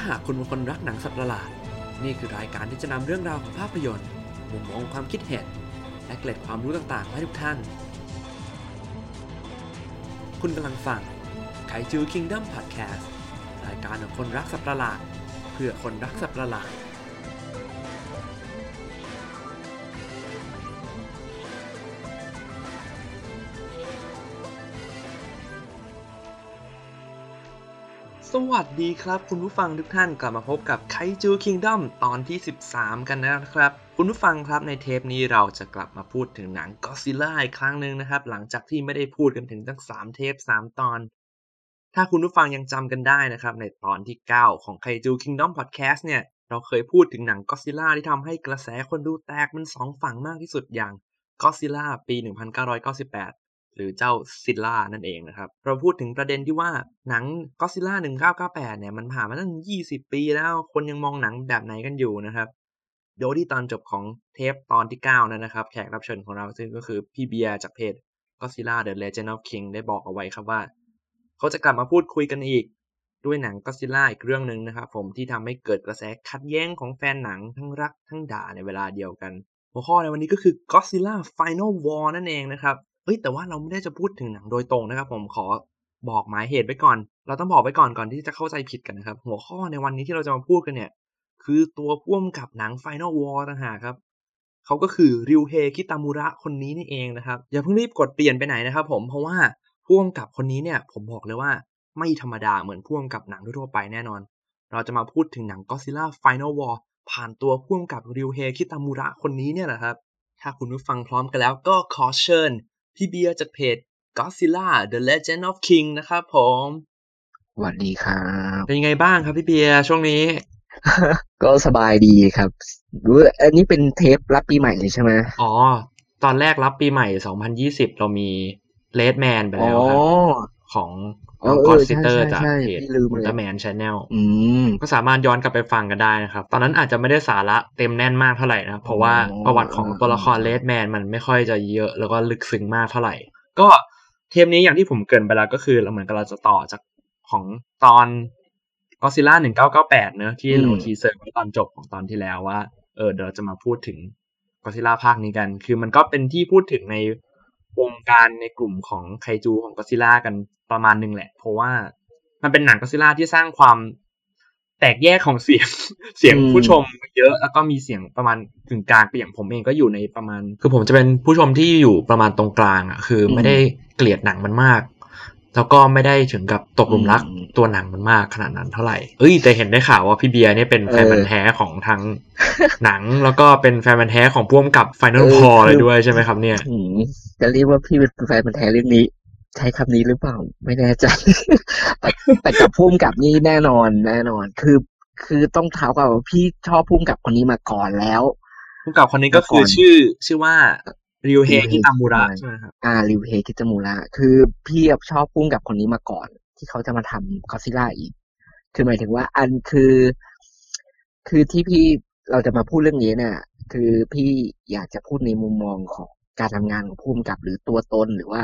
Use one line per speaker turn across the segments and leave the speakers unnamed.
หากคุณเป็นคนรักหนังสัตว์ประหลาดนี่คือรายการที่จะนำเรื่องราวของภาพยนตร์มุมมองความคิดเห็นและเกล็ดความรู้ต่างๆมาให้ทุกท่านคุณกำลังฟังไคจูคิงดอมพอดแคสต์รายการของคนรักสัตว์ประหลาดเพื่อคนรักสัตว์ประหลาดสวัสดีครับคุณผู้ฟังทุกท่านกลับมาพบกับไคจูคิงดอมตอนที่13กันนะครับคุณผู้ฟังครับในเทปนี้เราจะกลับมาพูดถึงหนัง Godzilla อีกครั้งนึงนะครับหลังจากที่ไม่ได้พูดกันถึงตั้ง3เทป3ตอนถ้าคุณผู้ฟังยังจำกันได้นะครับในตอนที่9ของไคจูคิงดอมพอดแคสต์เนี่ยเราเคยพูดถึงหนัง Godzilla ที่ทำให้กระแสคนดูแตกเป็น2ฝั่งมากที่สุดอย่าง Godzilla ปี 1998หรือเจ้าซิลล่านั่นเองนะครับเราพูดถึงประเด็นที่ว่าหนัง Godzilla 1998เนี่ยมันผ่านมาตั้ง20ปีแล้วคนยังมองหนังแบบไหนกันอยู่นะครับโดยที่ตอนจบของเทปตอนที่9นั้นนะครับแขกรับเชิญของเราซึ่งก็คือพี่เบียร์จากเพจ Godzilla The Legend of King ได้บอกเอาไว้ครับว่าเขาจะกลับมาพูดคุยกันอีกด้วยหนัง Godzilla อีกเรื่องนึงนะครับผมที่ทำให้เกิดกระแสขัดแย้งของแฟนหนังทั้งรักทั้งด่าในเวลาเดียวกันหัวข้อในวันนี้ก็คือ Godzilla Final War นั่นเองนะครับแต่ว่าเราไม่ได้จะพูดถึงหนังโดยตรงนะครับผมขอบอกหมายเหตุไว้ก่อนเราต้องบอกไว้ก่อนที่จะเข้าใจผิดกันนะครับหัวข้อในวันนี้ที่เราจะมาพูดกันเนี่ยคือตัวผู้กำกับหนัง Final War ต่างหากครับเขาก็คือริวเฮคิตามุระคนนี้นี่เองนะครับอย่าเพิ่งรีบกดเปลี่ยนไปไหนนะครับผมเพราะว่าผู้กำกับคนนี้เนี่ยผมบอกเลยว่าไม่ธรรมดาเหมือนผู้กำกับหนังทั่วไปแน่นอนเราจะมาพูดถึงหนัง Godzilla Final War ผ่านตัวผู้กำกับริวเฮคิตามุระคนนี้เนี่ยแหละครับถ้าคุณผู้ฟังพร้อมกันแล้วก็ขอเชิญพี่เบียร์จากเพจ Godzilla The Legend of King นะครับผม
สวัสดีครับ
เป็นยังไงบ้างครับพี่เบียร์ช่วงนี้
ก็สบายดีครับรู้อันนี้เป็นเทปรับปีใหม่เลยใช่ไหม
อ๋อตอนแรกรับปีใหม่2020เรามี Red Man ไปแล้วครับของน้อง Godsitter จากเพจ Ultraman Channel ก็สามารถย้อนกลับไปฟังกันได้นะครับตอนนั้นอาจจะไม่ได้สาระเต็มแน่นมากเท่าไหร่นะเพราะว่าประวัติของตัวละคร Red Man มันไม่ค่อยจะเยอะแล้วก็ลึกซึ้งมากเท่าไหร่ก็เทปนี้อย่างที่ผมเกริ่นไปแล้วก็คือเราเหมือนกับเราจะต่อจากของตอน Godzilla 1998เนอะที่เราทีเซอร์ไว้ตอนจบของตอนที่แล้วว่าเดี๋ยวเราจะมาพูดถึง Godzilla ภาคนี้กันคือมันก็เป็นที่พูดถึงในวงการในกลุ่มของไคจูของ Godzilla กันประมาณนึงแหละเพราะว่ามันเป็นหนัง Godzilla ที่สร้างความแตกแยกของเสียงผู้ชมเยอะแล้วก็มีเสียงประมาณกึ่งกลางอย่างผมเองก็อยู่ในประมาณคือผมจะเป็นผู้ชมที่อยู่ประมาณตรงกลางอ่ะคือไม่ได้เกลียดหนังมันมากแล้วก็ไม่ได้ถึงกับตกหลุมรักตัวหนังมันมากขนาดนั้นเท่าไหร่แต่เห็นได้ข่าวว่าพี่เบียร์เนี่ยเป็นแฟนพันธุ์แท้ของทั้งหนังแล้วก็เป็นแฟนพันธุ์แท้ของผู้กำกับ Final War เลยด้วยใช่ไหมครับเนี่ย
จะเรียกว่าพี่เป็นแฟนพันธุ์แท้เรื่องนี้ใช้คำนี้หรือเปล่าไม่แน่ใจ แต่กับผู้กำกับนี่แน่นอนคือต้องเท้ากับว่าพี่ชอบผู้กำกับคนนี้มาก่อนแล้ว
ผู้กำกับคนนี้ก็คือชื่อว่าริวเฮคิตามุระใช่ไหมครับ
ริวเฮคิตามุระคือพี่ชอบผู้กำกับคนนี้มาก่อนที่เขาจะมาทำ Godzilla อีกคือหมายถึงว่าอันคือที่พี่เราจะมาพูดเรื่องนี้เนี่ยคือพี่อยากจะพูดในมุมมองของการทำงานของผู้กำกับหรือตัวตนหรือว่า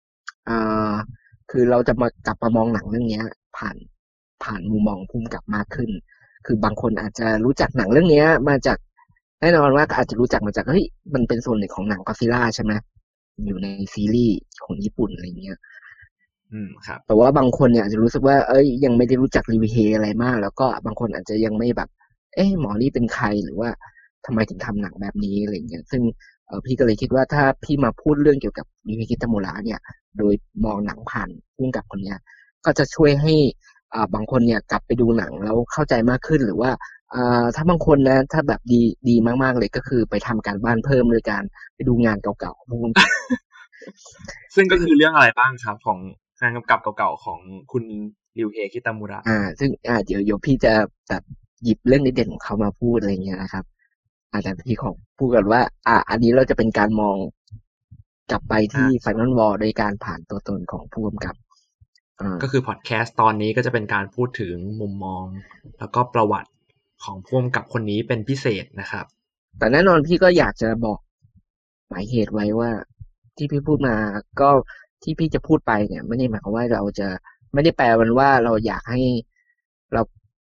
คือเราจะมากลับมามองหนังเรื่องนี้ผ่านมุมมองผู้กำกับมากขึ้นคือบางคนอาจจะรู้จักหนังเรื่องนี้มาจากแน่นอนว่าอาจจะรู้จักมาจากมันเป็นส่วนหนึ่งของหนังGodzillaใช่ไหมอยู่ในซีรีส์ของญี่ปุ่นอะไรเงี้ย
ครับ
แต่ว่าบางคนเนี่ยอาจจะรู้สึกว่ายังไม่ได้รู้จักริวเฮอะไรมากแล้วก็บางคนอาจจะยังไม่แบบหมอนี่เป็นใครหรือว่าทำไมถึงทำหนังแบบนี้อะไรเงี้ยซึ่งพี่ก็เลยคิดว่าถ้าพี่มาพูดเรื่องเกี่ยวกับริวเฮคิตามุระเนี่ยโดยมองหนังผ่านพุ่งกับคนเนี้ยก็จะช่วยให้บางคนเนี่ยกลับไปดูหนังแล้วเข้าใจมากขึ้นหรือว่าถ้าบางคนนะถ้าแบบดีมากๆเลยก็คือไปทำการบ้านเพิ่มโดยการไปดูงานเก่าๆพุ่งกับ
ซึ่งก็คือเรื่องอะไรบ้างครับของงานกำกับเก่าๆของคุณริวเฮคิตามุระ
ซึ่งเดี๋ยวพี่จะแบบหยิบเรื่องเด่นของเขามาพูดอะไรเงี้ยนะครับแต่พี่ขอพูดกันว่าอันนี้เราจะเป็นการมองกลับไปที่ Final War โดยการผ่านตัวตนของผู้กำกับ
ก็คือพอดแคสต์ตอนนี้ก็จะเป็นการพูดถึงมุมมองแล้วก็ประวัติของผู้กำกับคนนี้เป็นพิเศษนะครับ
แต่แน่นอนพี่ก็อยากจะบอกหมายเหตุไว้ว่าที่พี่พูดมาก็ที่พี่จะพูดไปเนี่ยไม่ได้หมายความว่าเราจะไม่ได้แปลว่าเราอยากให้เรา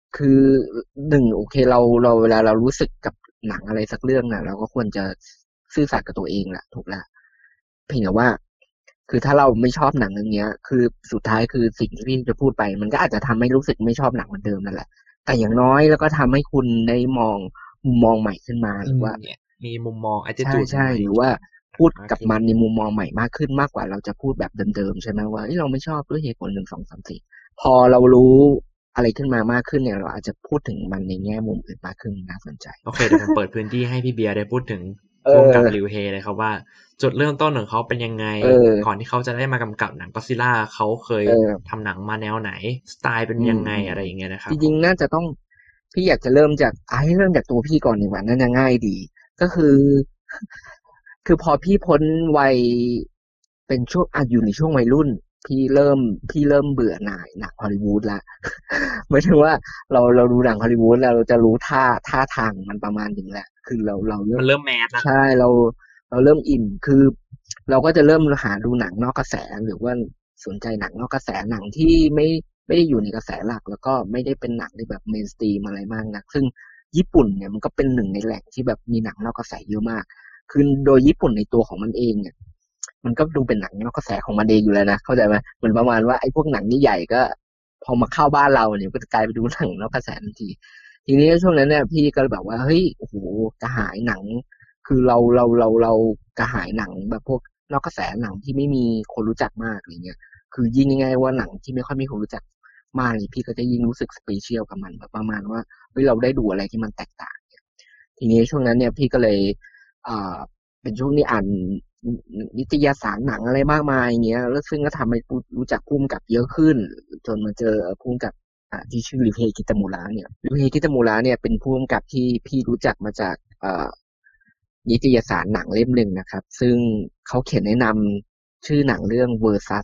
คือหนึ่งโอเคเราเวลาเรารู้สึกกับหนังอะไรสักเรื่องน่ะเราก็ควรจะซื่อสัตย์กับตัวเองแหละถูกแล้วเพียงแต่ว่าคือถ้าเราไม่ชอบหนังเรื่องเนี้ยคือสุดท้ายคือสิ่งที่พี่จะพูดไปมันก็อาจจะทำให้รู้สึกไม่ชอบหนังเหมือนเดิมนั่นแหละแต่อย่างน้อยแล้วก็ทำให้คุณได้มองมุมมองใหม่ขึ้นมาหรือว่า
เนี่ยมีมุมมอง
ใช่
attitude
ใช่
ใหม่
หรือว่า
ๆที่
พูด
มากขึ้น
กับมันในมุมมองใหม่มากขึ้นมากกว่าเราจะพูดแบบเดิมๆใช่ไหมว่าเอ้ยเราไม่ชอบด้วยเหตุผลหนึ่งสองสามสี่พอเรารู้อะไรขึ้นมามากขึ้นเนี่ยเราอาจจะพูดถึงมันในแง่มุมอื่นมากขึ้นน่าสนใจ
โอเคเดี๋ยวผมเปิดพื้นที่ให้พี่เบียร์ได้พูดถึง
เอ
ผู้กำกับ
อ
ริวเฮเลยครับว่าจุดเริ่มต้นของเขาเป็นยังไง
เออ
ก่อนที่เขาจะได้มากำกับหนังก็อดซิลล่าเขาเคย
เออ
ทำหนังมาแนวไหนสไตล์เป็นยังไง
อืม
อะไรอย่างเงี้ยนะค
จริง
รับผม
ๆน่าจะต้องพี่อยากจะเริ่มจากให้เริ่มจากตัวพี่ก่อนดีกว่าน่าจะง่ายดีก็คือคือพอพี่พ้นวัยเป็นช่วงอยู่ในช่วงวัยรุ่นพี่เริ่มพี่เริ่มเบื่อหน่ายหนังฮอลลีวูดละหมายถึงว่าเราดูหนังฮอลลีวูดแล้วเราจะรู้ท่าทางมันประมาณหนึ่งแหละคือเราเริ่ม
มันเริ่มแมสละ
ใช่เราเริ่มอินคือเราก็จะเริ่มหาดูหนังนอกกระแสหรือว่าสนใจหนังนอกกระแสหนังที่ไม่ได้อยู่ในกระแสหลักแล้วก็ไม่ได้เป็นหนังที่แบบเมนสตรีมอะไรมากนักซึ่งญี่ปุ่นเนี่ยมันก็เป็นหนึ่งในแหล่งที่แบบมีหนังนอกกระแสเยอะมากคือโดยญี่ปุ่นในตัวของมันเองเนี่ยมันก็ดูเป็นหนังนอกกระแสของมันเองอยู่แล้วนะเข้าใจไหมเหมือนประมาณว่าไอ้พวกหนังใหญ่ๆก็พอมาเข้าบ้านเราเนี่ยก็จะกลายไปดูหนังนอกกระแสทันทีทีนี้ช่วงนั้นเนี่ยพี่ก็แบบว่าเฮ้ยโอ้โหกระหายหนังคือเรากระหายหนังแบบพวกนอกกระแสหนังที่ไม่มีคนรู้จักมากอะไรเงี้ย คือยิ่งง่ายๆว่าหนังที่ไม่ค่อยมีคนรู้จักมากเลยพี่ก็จะยิ่งรู้สึกสเปเชียลกับมันแบบประมาณว่าเฮ้ยเราได้ดูอะไรที่มันแตกต่างเนี่ยทีนี้ช่วงนั้นเนี่ยพี่ก็เลยอ่าเป็นช่วงที่อ่านนิตยสารหนังอะไรมากมายอย่างเงี้ยแล้วซึ่งก็ทำให้รู้จักผู้กำกับเยอะขึ้นจนมาเจอผู้กำกับที่ชื่อริวเฮคิตามุระเนี่ยริวเฮคิตามุระเนี่ยเป็นผู้กำกับที่พี่รู้จักมาจากนิตยสารหนังเล่มหนึ่งนะครับซึ่งเขาเขียนแนะนำชื่อหนังเรื่อง Versus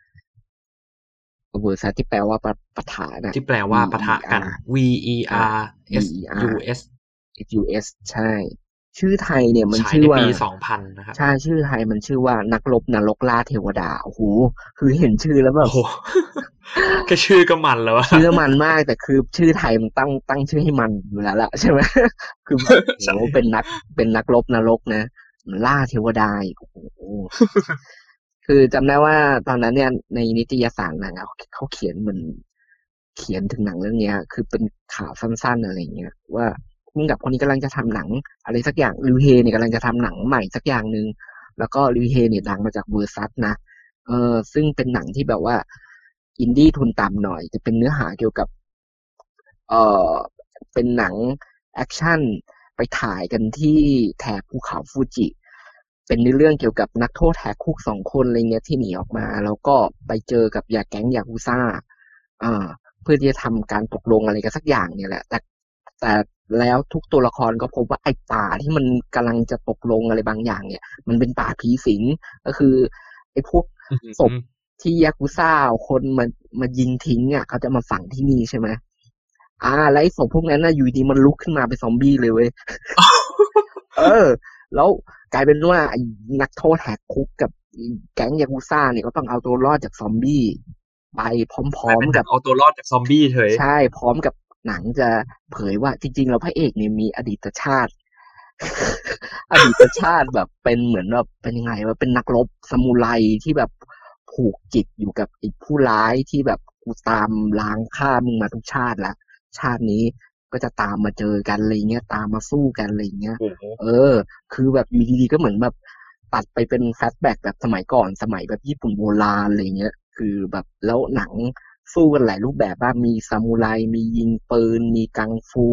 เวอร์ซัสที่แปลว่าปะทะน่ะ
ที่แปล
V
ว่าปะ
E
ทะกัน
R
V E
อ่า
R
V
S
E
U
R
S
S U S ใช่ชื่อไทยเนี่ยมัน
ฉาย
ชื่อว่า
ในปี2000นะครับ
ใช่ชื่อไทยมันชื่อว่านักรบนรกล่าเทวดาโอ้โหคือเห็นชื่อแล้วแบบ
โอ้โหแค่ชื่อก็มันแล้วอะ
ชื่อมันมากแต่คือชื่อไทยมันตั้งชื่อให้มันอยู่แล้วล่ะใช่ไหมคือแบบโอ้โห
ใช่
เป็นนักรบนรกนะล่าเทวดาอีกโอ้โหคือจำได้ว่าตอนนั้นเนี่ยในนิตยสารหนังเขาเขียนเหมือนเขียนถึงหนังเรื่องเนี้ยคือเป็นข่าวสั้นๆอะไรเงี้ยว่าพุ่งกับคนนี้กำลังจะทำหนังอะไรสักอย่างริวเฮเนี่ยกำลังจะทำหนังใหม่สักอย่างหนึ่งแล้วก็ริวเฮเนี่ยดังมาจากเวอร์ซัสนะซึ่งเป็นหนังที่แบบว่าอินดี้ทุนต่ำหน่อยจะเป็นเนื้อหาเกี่ยวกับเออเป็นหนังแอคชั่นไปถ่ายกันที่แถบภูเขาฟูจิเป็นเรื่องเกี่ยวกับนักโทษแหกคุก2 คนอะไรเงี้ยที่หนีออกมาแล้วก็ไปเจอกับแก๊งยากุซ่าอ่าเพื่อที่จะทำการตกลงอะไรกันสักอย่างเนี่ยแหละแต่แล้วทุกตัวละครก็พบว่าไอ้ป่าที่มันกำลังจะตกลงอะไรบางอย่างเนี่ยมันเป็นป่าผีสิงก็คือไอ้พวกศพที่ยากุซ่าเอาคนมายิงทิ้งอ่ะเขาจะมาฝังที่นี่ใช่ไหมแล้วไอ้ศพพวกนั้นน่ะอยู่ดีมันลุกขึ้นมาเป็นซอมบี้เลยเว้ย เออแล้วกลายเป็นว่าไอ้นักโทษแหกคุกกับแก๊งยากุซ่าเนี่ยก็ต้องเอาตัวรอดจากซอมบี้ไปพ
ก
ร้อมๆกับ
ลายเป็นหนังเอาตัวรอดจากซอมบี้เฉย
ใช่พร้อมกับหนังจะเผยว่าจริงๆแล้วพระเอกเนี่ยมีอดีตชาติอดีตชาติแบบเป็นเหมือนแบบเป็นยังไงว่าเป็นนักรบซามูไรที่แบบผูกจิตอยู่กับไอ้ผู้ร้ายที่แบบกูตามล้างฆ่ามึงมาทุกชาติละชาตินี้ก็จะตามมาเจอกันอะไรเงี้ยตามมาสู้กันอะไรเงี้ย
โอ้โห
เออคือแบบอยู่ดีๆก็เหมือนแบบตัดไปเป็นแฟลชแบ็กแบบสมัยก่อนสมัยแบบญี่ปุ่นโบราณอะไรเงี้ยคือแบบแล้วหนังสู้กันหลายรูปแบบบ้างมีซามูไรมียิงปืนมีกังฟู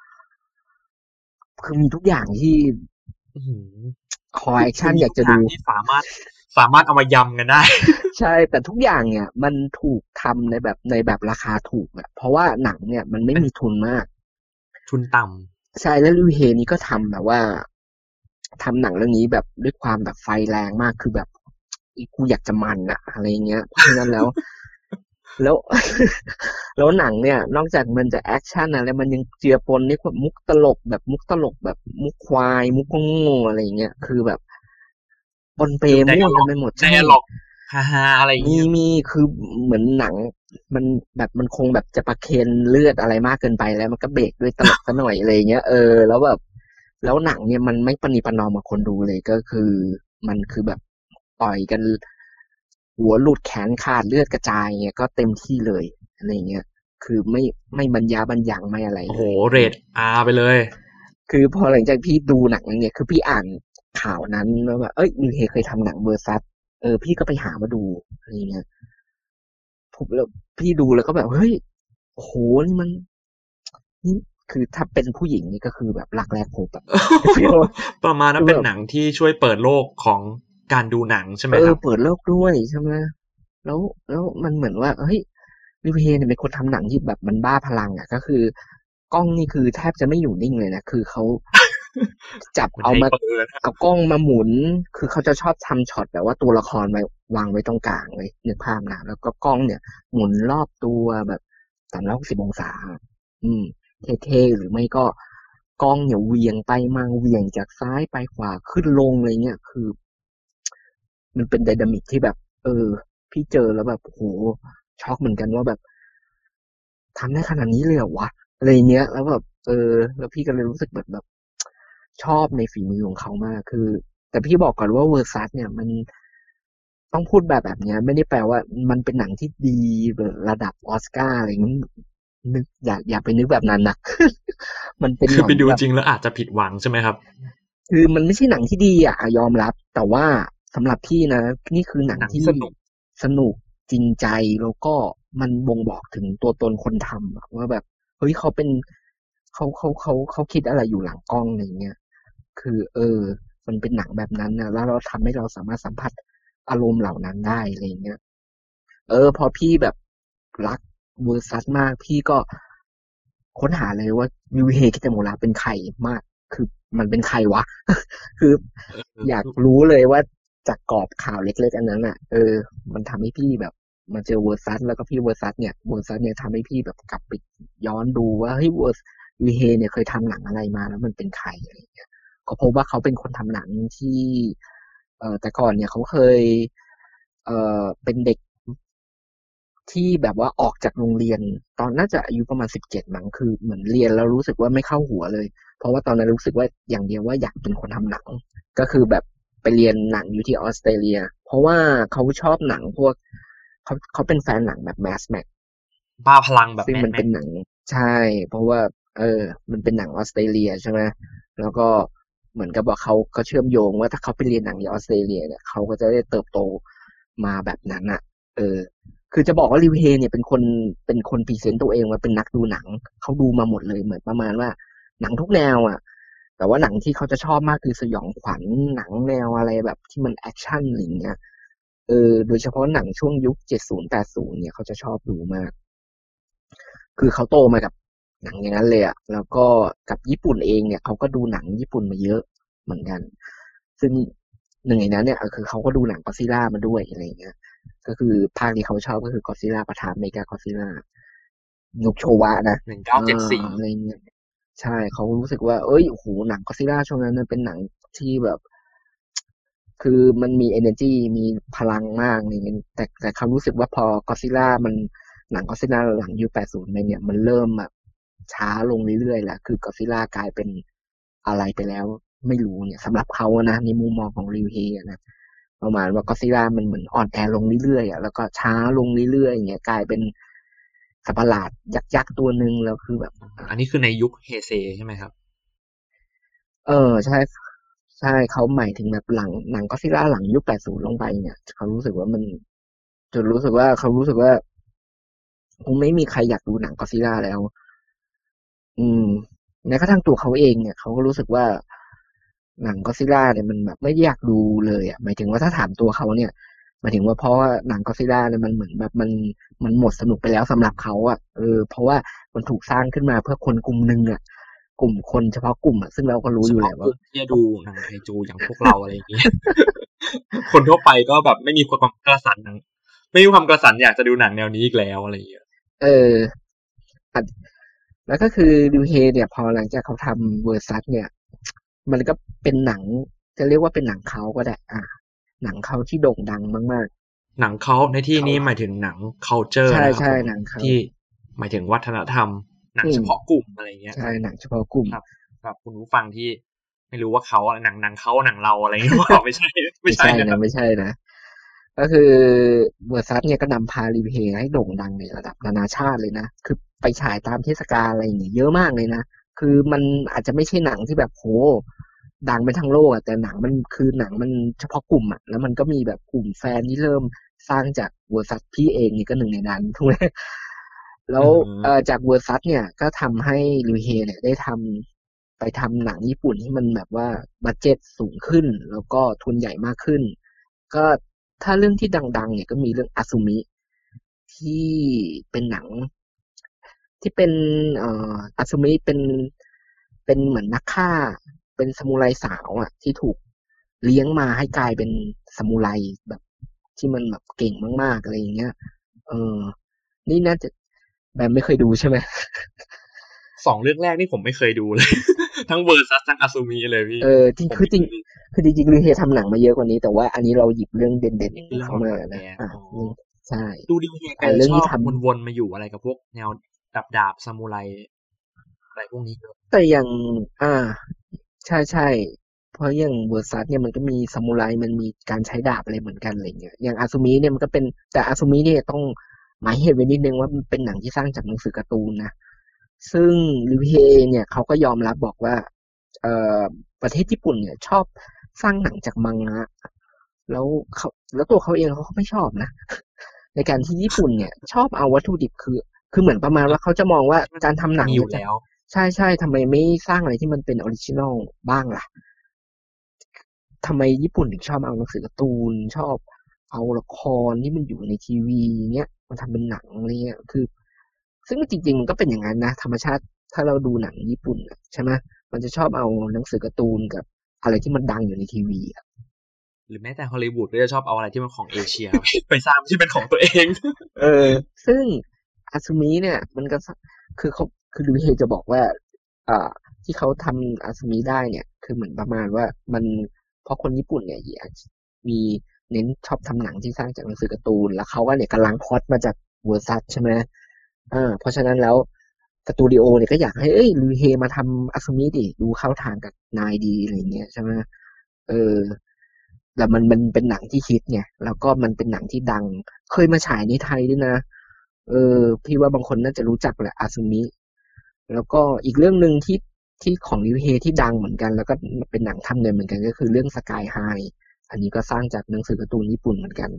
คือมีทุกอย่างที่
อื้อหือ
คอแอคชั่น
คือมี
อยากจะดู
ทุกอย่างที่สามารถเอามายำกันได้
ใช่แต่ทุกอย่างเนี่ยมันถูกทำในแบบราคาถูกอะเพราะว่าหนังเนี่ยมันไม่
เป็น
มีทุนมาก
ทุนต่
ใช่แล้วลิวเฮนี่ก็ทำแบบว่าทำหนังเรื่องนี้แบบด้วยความแบบไฟแรงมากคือแบบกูอยากจะมันอะอะไรเงี้ยเพราะฉะนั้นแล้วแล้วหนังเนี่ยนอกจากมันจะแอคชั่นอะไรมันยังเจือปนด้วยความมุกตลกแบบมุกตลกแบบมุกควายมุกโง่ๆอะไรเงี้ยคือแบบปนเป
ำคือได
มั่ว
อะล็อก
กันไปหมด
ได
ใช่
อะล็อกฮาฮาอะไรอย่าง
มี
เงี้ย
มีคือเหมือนหนังมันแบบมันคงแบบจะประเคนเลือดอะไรมากเกินไปแล้วมันก็เบรกด้วยตลกซะหน่อยอะไรเงี้ยแล้วแบบแล้วหนังเนี่ยมันไม่ประนีประนอมกับคนดูเลยก็คือมันคือแบบต่อยกันหัวหลุดแขนขาดเลือดกระจายเงี้ยก็เต็มที่เลยอะไรเงี้ยคือไม่บรรยาบรรยังไม่อะไร
โอ้โห
เลย
เรทอาร์ไปเลย
คือพอหลังจากพี่ดูหนังเนี่ยคือพี่อ่านข่าวนั้นแล้วแบบนิวเฮเคยทำหนังเวอร์ซัสพี่ก็ไปหามาดูอะไรเงี้ย ผมแล้วพี่ดูแล้วก็แบบเฮ้ยโอ้โหนี่มันนี่คือถ้าเป็นผู้หญิงนี่ก็คือแบบรักแรกพบแบบฟีล
ประมาณว่าเป็น
คือแบบ
หนังที่ช่วยเปิดโลกของการดูหนังใช่ไหมครับ
เปิดโลกด้วยใช่ไหมแล้วแล้วมันเหมือนว่าเฮ้ยลิวเฮเนี่ยเป็นคนทำหนังที่แบบมันบ้าพลังอ่ะก็คือกล้องนี่คือแทบจะไม่อยู่นิ่งเลยนะคือเขาจับ
เหมือนไฮ
เอามา
เปอร์นะ
เอากล้องมาหมุนคือเขาจะชอบทำช็อตแบบว่าตัวละครไว้วางไว้ตรงกลางเลยนึกภาพนะแล้วก็กล้องเนี่ยหมุนรอบตัวแบบ360 องศาอืมเท่ๆหรือไม่ก็กล้องเนี่ยเหวี่ยงไปมาเหวี่ยงจากซ้ายไปขวาขึ้นลงอะไรเงี้ยคือมันเป็นไดนามิกที่แบบพี่เจอแล้วแบบโหช็อกเหมือนกันว่าแบบทำได้ขนาดนี้เลยเหรอวะอะไรเงี้ยแล้วแบบแล้วพี่ก็เลยรู้สึกแบบชอบในฝีมือของเขามากคือแต่พี่บอกก่อนว่าเวอร์ซัสเนี่ยมันต้องพูดแบบเนี้ยไม่ได้แปลว่ามันเป็นหนังที่ดีแบบระดับออสการ์อะไรอย่างนี้นึกอย่าไปนึกแบบนั้นนะมันเป็น
คือไปดู
หนังแบบ
จริงแล้วอาจจะผิดหวังใช่ไหมครับ
คือมันไม่ใช่หนังที่ดียอมรับแต่ว่าสำหรับพี่นะนี่คือหนั
เป็นหนังที่
งที่
สนุก
สนุกจริงใจแล้วก็มันบ่งบอกถึงตัวตนคนทำอะว่าแบบเฮ้ยเขาเป็นเขาคิดอะไรอยู่หลังกล้องอะไรเงี้ยคือมันเป็นหนังแบบนั้นนะแล้วเราทำให้เราสามารถสัมผัสอารมณ์เหล่านั้นได้อะไรเงี้ยพอพี่แบบรักเวอร์ซัสมากพี่ก็ค้นหาเลยว่ายูเฮคิตาโมระเป็นใครมากคือมันเป็นใครวะ คืออยากรู้เลยว่าจากกรอบข่าวเล็กๆอันนั้นอ่ะมันทำให้พี่แบบมาเจอเวอร์ซัสแล้วก็พี่เวอร์ซัสเนี่ยทำให้พี่แบบกลับไปย้อนดูว่าเฮ้ยเวอร์วีเฮเนี่ยเคยทำหนังอะไรมาแล้วมันเป็นใครอะไรอย่างเงี้ยก็พบว่าเขาเป็นคนทำหนังที่แต่ก่อนเนี่ยเขาเคยเป็นเด็กที่แบบว่าออกจากโรงเรียนตอนน่าจะอายุประมาณ17มั้งคือเหมือนเรียนแล้วรู้สึกว่าไม่เข้าหัวเลยเพราะว่าตอนนั้นรู้สึกว่าอย่างเดียวว่าอยากเป็นคนทำหนัง ก็คือแบบไปเรียนหนังอยู่ที่ออสเตรเลียเพราะว่าเขาชอบหนังพวกเขาเป็นแฟนหนังแบบแมสแม็ก
บ้าพลังแบบ
ซึ่ง
แมดแม็ก
มันเป็นหนังใช่เพราะว่ามันเป็นหนังออสเตรเลียใช่ไหมแล้วก็เหมือนกับว่าเขาก็เชื่อมโยงว่าถ้าเขาไปเรียนหนังที่ออสเตรเลียเนี่ยเขาก็จะได้เติบโตมาแบบนั้นอ่ะเออคือจะบอกว่าลิวเฮเนี่ยเป็นคนพรีเซนต์ตัวเองว่าเป็นนักดูหนังเขาดูมาหมดเลยเหมือนประมาณว่าหนังทุกแนวอ่ะ แต่ว่าหนังที่เขาจะชอบมากคือสยองขวัญหนังแนวอะไรแบบที่มันแอคชั่นอะไรอย่างเงี้ยโดยเฉพาะหนังช่วงยุค70-80เนี่ยเขาจะชอบดูมากคือเขาโตมากับหนังอย่างนั้นเลยอะแล้วก็กับญี่ปุ่นเองเนี่ยเขาก็ดูหนังญี่ปุ่นมาเยอะเหมือนกันซึ่งหนึ่งในนั้นเนี่ยคือเขาก็ดูหนังก็อดซิลล่ามาด้วยอะไรอย่างเงี้ยก็คือภาคที่เขาชอบก็คือกอดซิลล่าปะทะเมกากอดซิลล่ายุคโชวะนะอะไรเงี้ย ใช่เขารู้สึกว่าเอ้ยโอ้โหหนังก็อดซิลล่าช่วงนั้นมันเป็นหนังที่แบบคือมันมี energy มีพลังมากอย่างเงี้ยแต่เขารู้สึกว่าพอก็อดซิลล่ามันหนังก็อดซิลล่าหลังยุค80เนี่ยมันเริ่มแบบช้าลงเรื่อยๆแหละคือก็อดซิลล่ากลายเป็นอะไรไปแล้วไม่รู้เนี่ยสำหรับเขานะในมุมมองของริวเฮนะประมาณว่าก็อดซิลล่ามันเหมือนอ่อนแอลงเรื่อยๆแล้วก็ช้าลงเรื่อยๆอย่างเงี้ยกลายเป็นสัตว์ประหลาดยักษ์ตัวหนึ่งแล้วคือแบบ
อันนี้คือในยุคเฮเซใช่ไหมครับ
ใช่ใช่เขาหมายถึงแบบหลังหนังก็อดซิลล่าหลังยุค80ลงไปเนี่ยเขารู้สึกว่ามันจนรู้สึกว่าเขารู้สึกว่าคงไม่มีใครอยากดูหนังก็อดซิลล่าแล้วอืมแม้กระทั่งตัวเขาเองเนี่ยเขาก็รู้สึกว่าหนังก็อดซิลล่าเนี่ยมันแบบไม่อยากดูเลยอ่ะหมายถึงว่าถ้าถามตัวเขาเนี่ยหมายถึงว่าเพราะว่าหนังก็อดซิลล่าเนี่ยมันเหมือนแบบมันหมดสนุกไปแล้วสำหรับเขาอ่ะเพราะว่ามันถูกสร้างขึ้นมาเพื่อคนกลุ่มหนึ่งอ่ะกลุ่มคนเฉพาะกลุ่มอ่ะซึ่งเราก็รู้
เฉ
อยู่แหละว่า
พาะกลุ่มที่จะดูหนังไคจูอย่างพวกเราอะไรอย่างนี้คนทั่วไปก็แบบไม่มีความกระสันหนังไม่มีความกระสันอยากจะดูหนังแนวนี้อีกแล้วอะไรอย่างเงี้ย
เอออัดแล้วก็คือดิวเฮเนี่ยพอหลังจากเขาทำเวอร์ซัสเนี่ยมันก็เป็นหนังจะเรียกว่าเป็นหนังเขาก็ได้หนังเขาที่โด่งดังมาก
หนังเขาในที่นี้หมายถึงหนัง culture
ใช่
นะครับ
ใช่
ผม
หนังเขา
ที่หมายถึงวัฒนธรรม หนังเฉพาะกลุ่มอะไรเงี้ย
ใช่หนังเฉพาะกลุ่ม
ครับคุณผู้ฟังที่ไม่รู้ว่าเขาหนังเขาหนังเราอะไรเงี้ยว่าไม่ใช่
ไม่ใช่
นะค
นะ
รับ
ไม่ใช่นะ ก็คือเวอร์ซัสเนี่ยก็นำพารีเพย์ให้โด่งดังในระดับนานาชาติเลยนะ คือไปฉายตามเทศกาลอะไรอย่างเงี้ยเยอะมากเลยนะ คือมันอาจจะไม่ใช่หนังที่แบบโหดังไปทั้งโลกแต่หนังมันคือหนังมันเฉพาะกลุ่มอ่ะแล้วมันก็มีแบบกลุ่มแฟนที่เริ่มสร้างจากเวอร์ซัสพี่เองนี่ก็หนึ่งในนั้นถูกไหมแล้วจากเวอร์ซัสเนี่ยก็ทำให้รีเพย์เนี่ยได้ไปทำหนังญี่ปุ่นที่มันแบบว่าบัดเจ็ตสูงขึ้น แล้วก็ทุนใหญ่มากขึ้น ก็ถ้าเรื่องที่ดังๆเนี่ยก็มีเรื่องอาซุมิที่เป็นหนังที่เป็นอาซุมิเป็นเหมือนนักฆ่าเป็นซามูไรสาวอ่ะที่ถูกเลี้ยงมาให้กลายเป็นซามูไรแบบที่มันแบบเก่งมากๆอะไรอย่างเงี้ยนี่น่าจะแบบไม่เคยดูใช่ไหม
2 เรื่องแรกนี่ผมไม่เคยดูเลย ทั้งเวอร์ซัสทั้งอาซูมิเลยพี่
จริงจริงรีเฮทำหนังมาเยอะกว่านี้แต่ว่าอันนี้เราหยิบเรื่องเด่นๆเข้ามานะใช่
ดูรีเฮแกชอบวนๆมาอยู่อะไรกับพวกแนวดาบซามูไรอะไรพวกนี้
แต่อย่างใช่เพราะอย่างเวอร์ซัสเนี่ยมันก็มีซามูไรมันมีการใช้ดาบอะไรเหมือนกันอะไรเงี้ยอย่างอาซูมิเนี่ยมันก็เป็นแต่อาซูมิเนี่ยต้องหมายเหตุไว้นิดนึงว่ามันเป็นหนังที่สร้างจากหนังสือการ์ตูนนะซึ่งริวเฮเนี่ยเขาก็ยอมรับบอกว่าประเทศญี่ปุ่นเนี่ยชอบสร้างหนังจากมังงะแล้วตัวเขาเองเขาไม่ชอบนะในการที่ญี่ปุ่นเนี่ยชอบเอาวัตถุดิบคือเหมือนประมาณว่าเขาจะมองว่าการทำหนัง
อยู่แล้ว
ใช่ทำไมไม่สร้างอะไรที่มันเป็นออริจินอลบ้างล่ะทำไมญี่ปุ่นถึงชอบเอาหนังสือการ์ตูนชอบเอาละครที่มันอยู่ในทีวีเงี้ยมาทำเป็นหนังอะไรเงี้ยคือซึ่งจริงๆมันก็เป็นอย่างนั้นนะธรรมชาติถ้าเราดูหนังญี่ปุ่นใช่ไหมมันจะชอบเอาหนังสือการ์ตูนกับอะไรที่มันดังอยู่ในทีวี
หรือแม้แต่ฮอลลีวูดก็จะชอบเอาอะไรที่มันของเอเชีย ไปสร้างที่เป็นของตัวเอง
ซึ่งอาซุมิเนี่ยมันก็คือดูเฮจะบอกว่าที่เขาทำอาซุมิได้เนี่ยคือเหมือนประมาณว่ามันเพราะคนญี่ปุ่นเนี่ยมีเน้นชอบทำหนังที่สร้างจากหนังสือการ์ตูนแล้วเขาก็เนี่ยกำลังพอดมาจากเวอร์ซัสใช่ไหมเพราะฉะนั้นแล้วสตูดิโอเนี่ยก็อยากให้ดูเฮมาทำอาซุมิดิดูเข้าทางกับนายดีอะไรเงี้ยใช่ไหมแต่มันเป็นหนังที่ฮิตไงแล้วก็มันเป็นหนังที่ดังเคยมาฉายในไทยด้วยนะพี่ว่าบางคนน่าจะรู้จักแหละอาซุมิแล้วก็อีกเรื่องนึงที่ของริวเฮที่ดังเหมือนกันแล้วก็เป็นหนังทำเงินเหมือนกันก็คือเรื่องสกายไฮอันนี้ก็สร้างจากหนังสือการ์ตูนญี่ปุ่นเหมือนกัน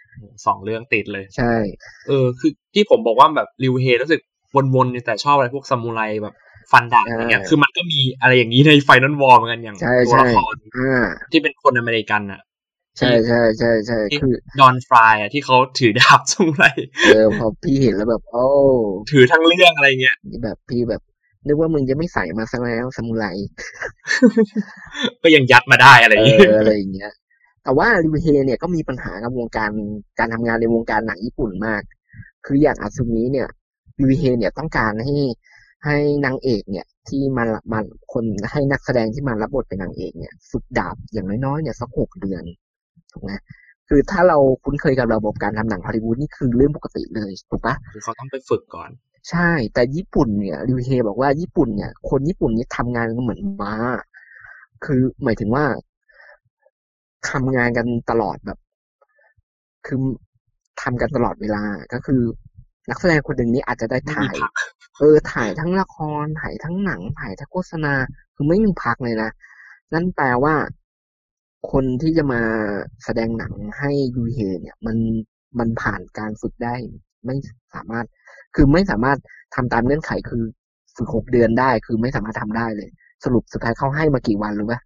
2 เรื่องติดเลย
ใช่
คือที่ผมบอกว่าแบบริวเฮรู้สึกวนๆแต่ชอบอะไรพวกซามูไรแบบฟันดาบอย่างเงี้ยคือมันก็มีอะไรอย่างนี้ในไฟนอลวอร์เหมือนกันอย่างตัวละครที่เป็นคนอเมริกันอ่ะ
ใช่
คือดอนฟรายที่เขาถือดาบซามูไร
พอพี่เห็นแล้วแบบ
ถือทั้งเรื่องอะไรเงี้ย
แบบพี่แบบนึกว่ามึงจะไม่ใส่มาซะแล้วซามูไร
ก็ยังยัดมาได้อะไรอย่างเงี้ย
อะไรอย่างเงี้ยแต่ว่าริวเฮเนี่ยก็มีปัญหากับวงการทำงานในวงการหนังญี่ปุ่นมากคืออย่างอาซุมิเนี่ยริวเฮเนี่ยต้องการให้นางเอกเนี่ยที่มาคนให้นักแสดงที่มารับบทเป็นนางเอกเนี่ยฝึกดาบอย่างน้อยๆเนี่ยสัก6 เดือนถูกไหมคือถ้าเราคุ้นเคยกับระบบการทำหนังฮอลลีวูดนี่คือเรื่องปกติเลยถูกปะ
คือเขาต้องไปฝึกก่อน
ใช่แต่ญี่ปุ่นเนี่ยริวเฮบอกว่าญี่ปุ่นเนี่ยคนญี่ปุ่นนี่ทำงานเหมือนม้าคือหมายถึงว่าทำงานกันตลอดแบบคือทำกันตลอดเวลาก็คือนักแสดงคนหนึ่งนี้อาจจะได้ถ่ายทั้งละครถ่ายทั้งหนังถ่ายทั้งโฆษณาคือไม่มีพักเลยนะนั่นแปลว่าคนที่จะมาแสดงหนังให้ยูเฮเนี่ยมันผ่านการฝึกได้ไม่สามารถทำตามเงื่อนไขคือฝึก6 เดือนได้คือไม่สามารถทำได้เลยสรุปสุดท้ายเขาให้มากี่วันรู้ป่ะ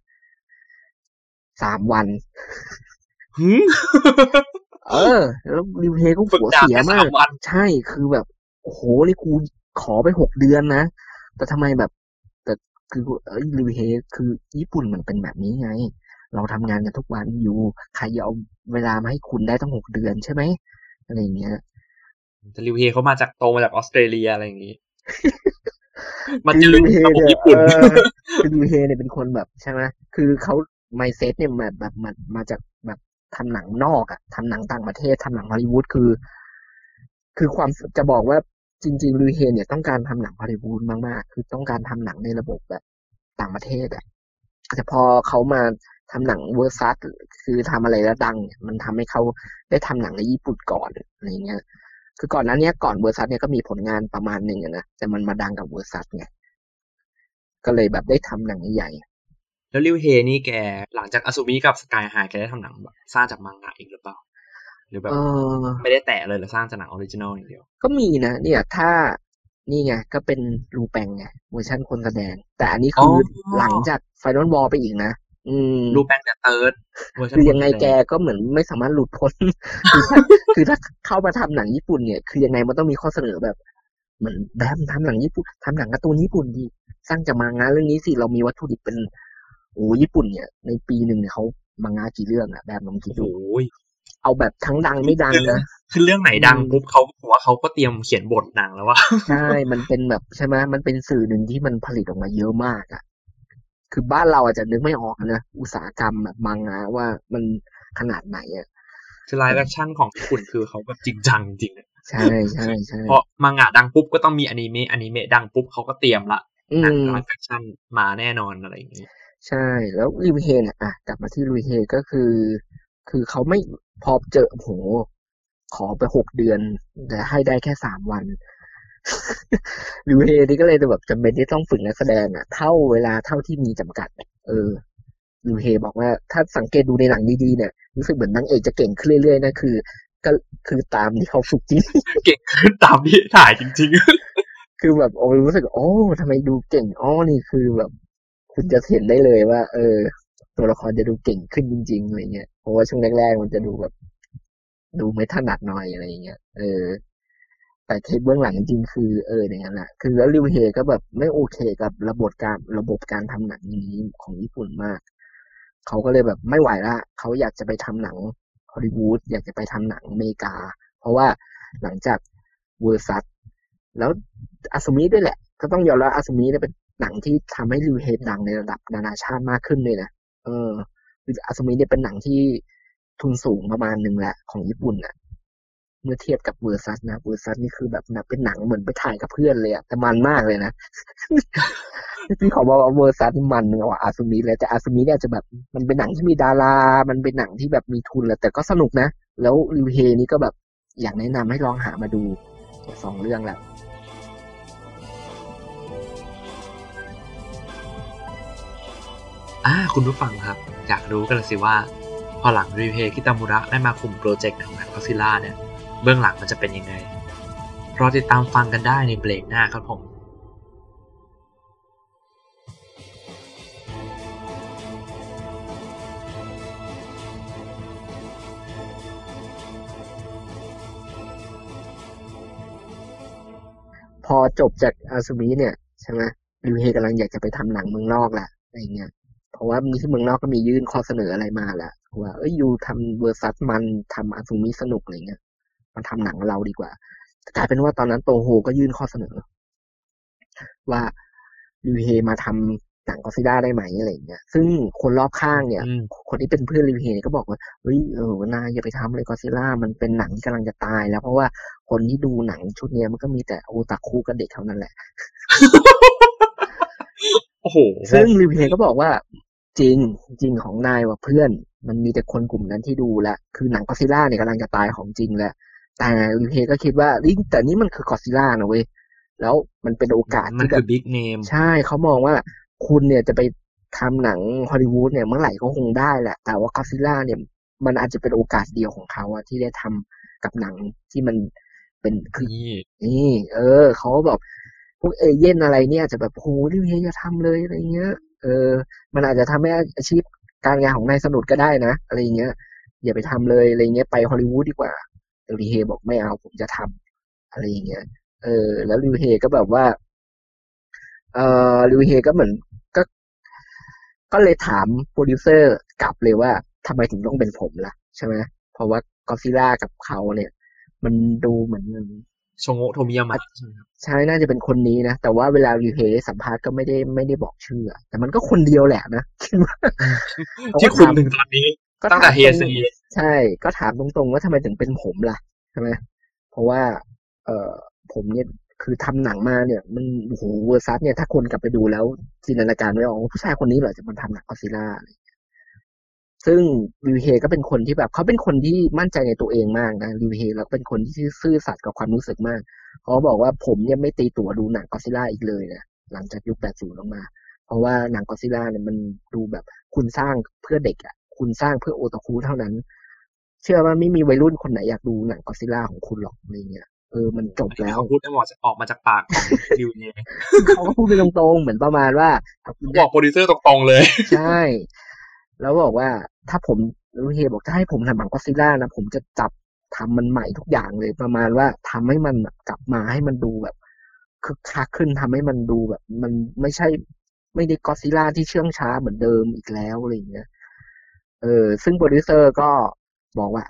3 วันแล้วริวเฮก็หัวเสียมากใช่คือแบบโอ้โหนี่กูขอไป6 เดือนนะแต่ทำไมแบบแต่คือริวเฮคือญี่ปุ่นมันเป็นแบบนี้ไงเราทำงานกันทุกวันอยู่ใครจะเอาเวลามาให้คุณได้ตั้ง6 เดือนใช่ไหมอะไรอย่างเงี้ย
แต่ริวเฮเขามาจากออสเตรเลียอะไรอย่างงี้มันจะรู้ระบบญี่ปุ่น
คือริวเฮเนี่ยเป็นคนแบบใช่ไหมคือเขาไมเซ็ตเนี่ยแบบมาจากแบบทำหนังนอกอ่ะทำหนังต่างประเทศทำหนังฮอลลีวูดคือความจะบอกว่าจริงๆลุยเฮเนี่ยต้องการทำหนังฮอลลีวูดมากๆคือต้องการทำหนังในระบบแบบต่างประเทศอ่ะแต่พอเขามาทำหนังเวอร์ซัสคือทำอะไรแล้วดังเนี่ยมันทำให้เขาได้ทำหนังในญี่ปุ่นก่อนอะไรเงี้ยคือก่อนหน้านี้ก่อนเวอร์ซัสเนี่ยก็มีผลงานประมาณหนึ่งนะแต่มันมาดังกับเวอร์ซัสไงก็เลยแบบได้ทำหนังใหญ่
แล้วริวเฮนี่แกหลังจากอาซูมิกับสกายไฮแกได้ทำหนังแบบสร้างจากมังงะอีกหรือเปล่าหรือแบบไม่ได้แตะเลยหรือสร้างจากหนังออริจินอลอย่างเดียว
ก็มีนะเนี่ยถ้านี่ไงก็เป็นรูแปงไงเวอร์ชันคนแสดงแต่อันนี้คือหลังจากไฟนอลวอลไปอีกนะ
รูแปงแต่เติร์ด
คือยังไงแกก็เหมือนไม่สามารถหลุดพ้นคือถ้าเข้ามาทำหนังญี่ปุ่นเนี่ยคือยังไงมันต้องมีข้อเสนอแบบเหมือนแบบทำหนังญี่ปุ่นทำหนังการ์ตูนญี่ปุ่นดีสร้างจากมังงะเรื่องนี้สิเรามีวัตถุดิบเป็นโอ้ญี่ปุ่นเนี่ยในปีหนึ่งเนี่ยเขามังงะกี่เรื่องอะแบบลองคิดดูเอาแบบทั้งดังไม่ดังนะ
คือเรื่องไหนดังปุ๊บเขาผมว่าเขาก็เตรียมเขียนบทหนังแล้วว่า
ใช่มันเป็นแบบใช่ไหมมันเป็นสื่อหนึ่งที่มันผลิตออกมาเยอะมากอ่ะคือบ้านเราอาจจะนึกไม่ออกนะอุตสาหกรรมแบบมังงะว่ามันขนาดไหนอ่ะ
คือไลฟ์แอคชั่นของญี่ปุ่นคือเขาแบบจริงจังจริง
ใช่ใช่ใช่
เพราะมังงะดังปุ๊บก็ต้องมีอนิเมะดังปุ๊บเขาก็เตรียมละหนังไลฟ์แอคชั่นมาแน่นอนอะไรอย่างนี้
ใช่แล้วลุยเฮเนี่ยกลับมาที่ลุยเฮก็คือเขาไม่พอเจอโหขอไป6 เดือนแต่ให้ได้แค่3 วันลุยเฮนี่ก็เลยแบบจำเป็นที่ต้องฝึกนักแสดงเท่าเวลาเท่าที่มีจำกัดลุยเฮบอกว่าถ้าสังเกตดูในหนังดีๆเนี่ยรู้สึกเหมือนนางเอกจะเก่งขึ้นเรื่อยๆนะก็คือตามที่เขาฝึกจริง
เก่งขึ้นตามที่ถ่ายจริง
ๆคือแบบรู้สึกทำไมดูเก่งนี่คือแบบคุณจะเห็นได้เลยว่าตัวละครจะดูเก่งขึ้นจริงๆอะไรเงี้ยเพราะว่าช่วงแรกๆมันจะดูแบบดูไม่ถนัดหน่อยอะไรเงี้ยแต่เทปเบื้องหลังจริงๆคืออย่างนั้นแหละคือแล้วริวเฮก็แบบไม่โอเคกับระบบการทำหนังนี้ของญี่ปุ่นมากเขาก็เลยแบบไม่ไหวละเขาอยากจะไปทำหนังฮอลลีวูดอยากจะไปทำหนังอเมริกาเพราะว่าหลังจากเวอร์ซัสแล้วอาซูมิด้วยแหละก็ต้องยอมรับอาซูมิเนี่ยเป็นหนังที่ทำให้ริวเฮดังในระดับนานาชาติมากขึ้นเลยนะคืออาซูมิเนี่ยเป็นหนังที่ทุนสูงประมาณนึงแหละของญี่ปุ่นน่ะเมื่อเทียบกับเวอร์ซัสนะเวอร์ซัสนี่คือแบบเป็นหนังเหมือนไปถ่ายกับเพื่อนเลยแต่มันมากเลยนะพี่ขอบอกว่าเวอร์ซัสนี่มันกว่าอาซูมิเลยแต่อาซูมิเนี่ยจะแบบมันเป็นหนังที่มีดารามันเป็นหนังที่แบบมีทุนแหละแต่ก็สนุกนะแล้วริวเฮนี่ก็แบบอยากแนะนำให้ลองหามาดู2 เรื่องแล้ว
คุณผู้ฟังครับอยากรู้กันเลยสิว่าพอหลังรีเพย์คิตามุระได้มาคุมโปรเจกต์ของหนังก็ซิล่าเนี่ยเบื้องหลังมันจะเป็นยังไงรอติดตามฟังกันได้ในเบรกหน้าครับผม
พอจบจากอาซูมิเนี่ยใช่ไหมริวเฮกำลังอยากจะไปทำหนังเมืองนอกแหละอะไรเงี้ยเพราะว่ามีที่เมืองนอกก็มียื่นข้อเสนออะไรมาแล้วว่ายูทำเวอร์ซัสมันทำอาซูมิสนุกอะไรเงี้ยมาทำหนังเราดีกว่ากลายเป็นว่าตอนนั้นโตโฮก็ยื่นข้อเสนอว่าริวเฮมาทำหนังก็ซิล่าได้ไหมอะไรเงี้ยซึ่งคนรอบข้างเนี่ยคนที่เป็นเพื่อนริวเฮก็บอกว่าเฮ้ยนายอย่าไปทำเลยก็ซิล่ามันเป็นหนังที่กำลังจะตายแล้วเพราะว่าคนที่ดูหนังชุดนี้มันก็มีแต่โอตาคุกับเด็กเท่านั้นแหละ
โอ้โห
ซึ่งริวเฮก็บอกว่าจริงจริงของนายว่าเพื่อนมันมีแต่คนกลุ่มนั้นที่ดูแลคือหนังก็ซิล่าเนี่ยกำลังจะตายของจริงแล้วแต่ริวเฮก็คิดว่าแต่นี่มันคือก็ซิล่านะเว้ยแล้วมันเป็นโอกาส
ที่แบบบิ๊กเนม
ใช่เขามองว่าคุณเนี่ยจะไปทำหนังฮอลลีวูดเนี่ยเมื่อไหร่ก็คงได้แหละแต่ว่าก็ซิล่าเนี่ยมันอาจจะเป็นโอกาสเดียวของเขาที่ได้ทำกับหนังที่มันเป็นคือนี่เขาแบบพวกเอเย่นอะไรเนี่ยจะแบบโหริวเฮจะทำเลยอะไรเงี้ยมันอาจจะทำให้อาชีพการงานของนายสนุกก็ได้นะอะไรเงี้ยอย่าไปทำเลยอะไรเงี้ยไปฮอลลีวูดดีกว่าแต่ริวเฮบอกไม่เอาผมจะทำอะไรเงี้ยแล้วริวเฮก็แบบว่าริวเฮก็เหมือนก็ก็เลยถามโปรดิวเซอร์กลับเลยว่าทำไมถึงต้องเป็นผมล่ะใช่ไหมเพราะว่าก็ซิล่ากับเขาเนี่ยมันดูเหมือน
โชโงะโทมิยามะ
ใช่น่าจะเป็นคนนี้นะแต่ว่าเวลาริวเฮสัมภาษณ์ก็ไม่ได้บอกชื่อแต่มันก็คนเดียวแหละนะ
ที่คุมถึงตอนนี้
ก็
ตั้งแต่เฮ
ถามตรง
ซี
ใช่ก็ถามตรงๆว่าทำไมถึงเป็นผมล่ะใช่ไหมเพราะว่าเอ่อผมเนี่ยคือทำหนังมาเนี่ยมันโอ้โหเวอร์ซัสเนี่ยถ้าคนกลับไปดูแล้วจินตนาการไม่ออกว่าผู้ชายคนนี้เหรอจะมาทำหนังก็อดซิลล่าซึ่งลิวเฮก็เป็นคนที่แบบเขาเป็นคนที่มั่นใจในตัวเองมากนะลิวเฮแล้วเป็นคนที่ซื่อสัตย์กับความรู้สึกมากเขาบอกว่าผมเนี่ยไม่ตีตั๋วดูหนังก็อดซิลล่าอีกเลยนะหลังจากยุค80ลงมาเพราะว่าหนังก็อดซิลล่าเนี่ยมันดูแบบคุณสร้างเพื่อเด็กอ่ะคุณสร้างเพื่อโอตาคุเท่านั้นเชื่อว่าไม่มีวัยรุ่นคนไหนอยากดูหนังก็อดซิลล่าของคุณหรอกอะไรเงี้ยมันจบ
อันนี้
แล้ว
เป็นคำพูดที่ออกมาจากปากของริวเย
ซึ่งเขาก็พูดไปตรงๆเหมือนประมาณว่าถ้าคุณได้
เขาบอกโปรดิวเซอร์ตรงๆเลย
ใช่แล้วบอกว่าถ้าผมลูเฮบอกถ้าให้ผมทำหนังก็อดซิลล่านะผมจะจับทำมันใหม่ทุกอย่างเลยประมาณว่าทำให้มันแบบกลับมาให้มันดูแบบคึกคักขึ้นทำให้มันดูแบบมันไม่ใช่ไม่ได้ก็อดซิลล่าที่เชื่องช้าเหมือนเดิมอีกแล้วอะไรอย่างเงี้ยซึ่งโปรดิวเซอร์ก็บอกว่า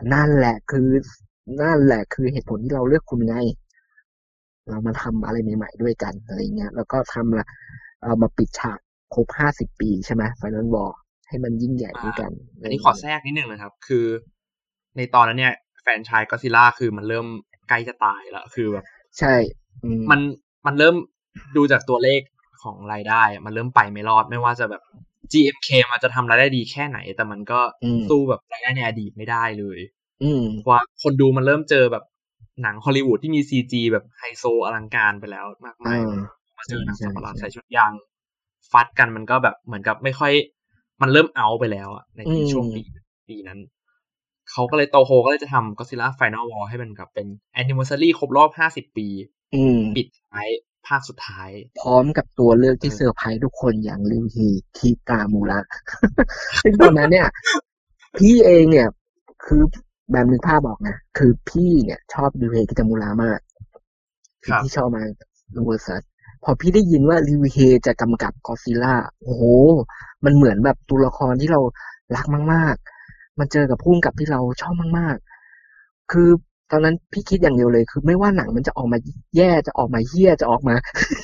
นั่นแหละคือเหตุผลที่เราเลือกคุณไงเรามาทำอะไรใหม่ๆด้วยกันอะไรเงี้ยแล้วก็ทำละเอามาปิดฉากครบ50 ปีใช่ไหมไฟนอลวอ ให้มันยิ่งใหญ่ด้วยกัน
อันนี้ขอแทรกนิดนึงนะครับคือในตอนนั้นเนี่ยแฟรนไชส์ก็อดซิลล่าคือมันเริ่มใกล้จะตายแล้วคือแบบ
ใช่
มันมันเริ่มดูจากตัวเลขของรายได้มันเริ่มไปไม่รอดไม่ว่าจะแบบ GMK มันจะทำรายได้ดีแค่ไหนแต่มันก็สู้แบบรายได้ในอดีตไม่ได้เลยเพราะว่าคนดูมันเริ่มเจอแบบหนังฮอลลีวูดที่มี CG แบบไฮโซอลังการไปแล้วมากมายมาเจอหนังสัตว์ประหลาดใส่ชุดยางฟัดกันมันก็แบบเหมือนกับไม่ค่อยมันเริ่มเอาไปแล้วอ่ะในช่วงปีนั้นเขาก็เลยโตโฮก็เลยจะทำ Godzilla Final War ให้มันกับเป็น Anniversary ครบรอบ50 ปีปิดท้ายภาคสุดท้าย
พร้อมกับตัวเลือกที่เซอร์ไพรส์ทุกคนอย่างริวฮีคิตามูระซึ่งตอนนั้นเนี่ยพี่เองเนี่ยคือแบบนึกภาพบอกนะคือพี่เนี่ยชอบริวเฮคิตามูระมากคือพี่ชอบมาดูเวอร์ซัสพอพี่ได้ยินว่าริวเฮจะกำกับก็อดซิลล่าโอ้โหมันเหมือนแบบตัวละครที่เรารักมากๆมันเจอกับผู้กำกับที่เราชอบมากๆคือตอนนั้นพี่คิดอย่างเดียวเลยคือไม่ว่าหนังมันจะออกมาแย่จะออกมาเหี้ยจะออกมา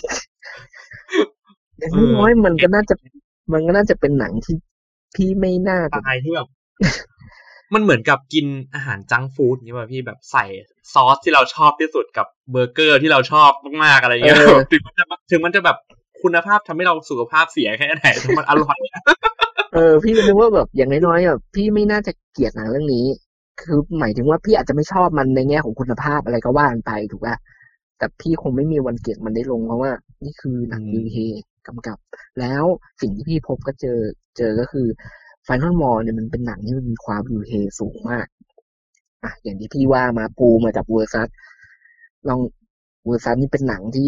อย่างน้อยมันก็น่าจะเป็นหนังที่พี่ไม่น่าจะ
ตายที่แบบมันเหมือนกับกินอาหารจังก์ฟู้ดนี่ป่ะพี่แบบใส่ซอสที่เราชอบที่สุดกับเบอร์เกอร์ที่เราชอบมากๆอะไรเงี้ยถึงมันจะแบบคุณภาพทำให้เราสุขภาพเสียแค่ไหนแต่มันอร่อย
พี่ก็นึกว่าแบบอย่างน้อยๆแบบพี่ไม่น่าจะเกลียดหนังเรื่องนี้คือหมายถึงว่าพี่อาจจะไม่ชอบมันในแง่ของคุณภาพอะไรก็ว่ากันไปถูกป่ะแต่พี่คงไม่มีวันเกลียดมันได้ลงเพราะว่านี่คือหนังยูเฮกำกับแล้วสิ่งที่พี่พบก็เจอก็คือ Final Mall เนี่ยมันเป็นหนังที่มันมีความยูเฮสูงมากอย่างที่พี่ว่ามาปูมาจากเวอร์ซัสลองเวอร์ซัสนี่เป็นหนังที่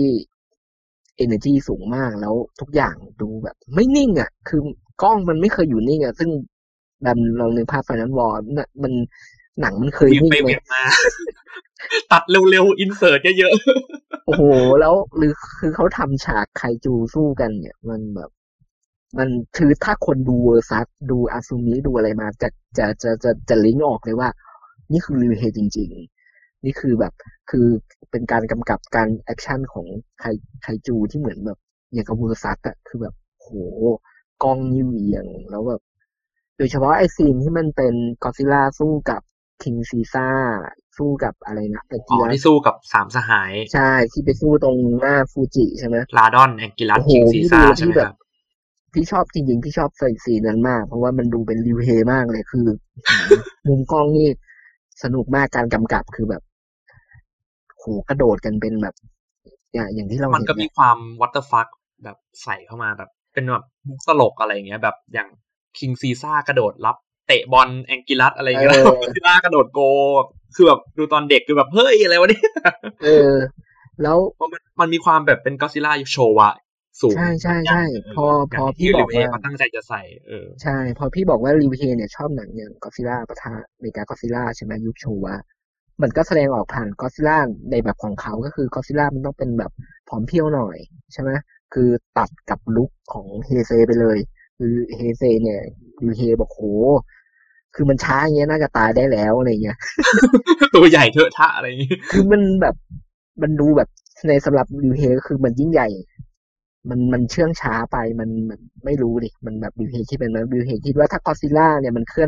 energy สูงมากแล้วทุกอย่างดูแบบไม่นิ่งอ่ะคือกล้องมันไม่เคยอยู่นิ่งอ่ะซึ่งแบบเราในภาพไฟนั้นวอลมันหนังมันเคยนิ่ง
ไหมตัดเร็วๆอินเสิร์ตเยอะ
ๆโอ้โหแล้วหรือคือเขาทำฉากไคจูสู้กันเนี่ยมันแบบมันคือถ้าคนดูเวอร์ซัสดูอาซูมิดูอะไรมาจะลิงก์ออกเลยว่านี่คือรีเฮจริงๆนี่คือแบบคือเป็นการกำกับการแอคชั่นของไคจูที่เหมือนแบบอย่างกับเวอร์ซัสอะคือแบบโหกล้องนี่เหวี่ยงแล้วแบบโดยเฉพาะไอซีนที่มันเป็นก็อดซิลล่าสู้กับคิงซีซ่าสู้กับอะไรนะแองกิลัส
ที่สู้กับสามสหาย
ใช่ที่ไปสู้ตรงหน้าฟูจิใช่ไหม
ลาดอนแองกิลัส
โอ้โห
คิงซีซ่า
พี่ดูแล้ว
ใช่ไหมครับ
พี่ชอบจริงๆพี่ชอบใส่สีนั้นมากเพราะว่ามันดูเป็นริวเฮมากเลยคือมุมกล้องนี่สนุกมากการกำกับคือแบบโหกระโดดกันเป็นแบบอย่างที่เรา
มัน
เห็น
ก็มีความวัตเตอร์ฟัคแบบใส่เข้ามาแบบเป็นแบบมุกตลกอะไรเงี้ยแบบอย่างคิงซีซ่ากระโดดรับเตะบอลแองกิลัสอะไรเงี้ยแล้วซีซ่ากระโดดโกคือแบบดูตอนเด็กคือแบบเฮ้ยอะไรวะเนี่ย
แล้ว
มันมีความแบบเป็นก็อดซิลล่าโชวะสูง
ใช่พอพี่บอกว่า
เขาตั้งใจจะใส่
ใช่พอพี่บอกว่าริวเฮเนี่ยชอบหนังอย่างก็อดซิลล่าปะทะเมกาก็อดซิลล่าใช่ไหมยุคโชวะมันก็แสดงออกผ่านก็อดซิลล่าในแบบของเขาก็คือก็อดซิลล่ามันต้องเป็นแบบผอมเพรียวหน่อยใช่ไหมคือตัดกับลุคของเฮเซไปเลยคือเฮเซเนี่ยริวเฮบอกโหคือมันช้าอย่างเงี้ยน่าจะตายได้แล้วอะไรเงี้ย
ตัวใหญ่เถอะทะอะไรอย่างงี้
คือมันแบบมันดูแบบในสำหรับริวเฮก็คือมันยิ่งใหญ่มันเชื่องช้าไปมันไม่รู้ดิมันแบบริวเฮคิดเป็นไหมริวเฮคิดว่าถ้าก็อดซิลล่าเนี่ยมันเคลื่อน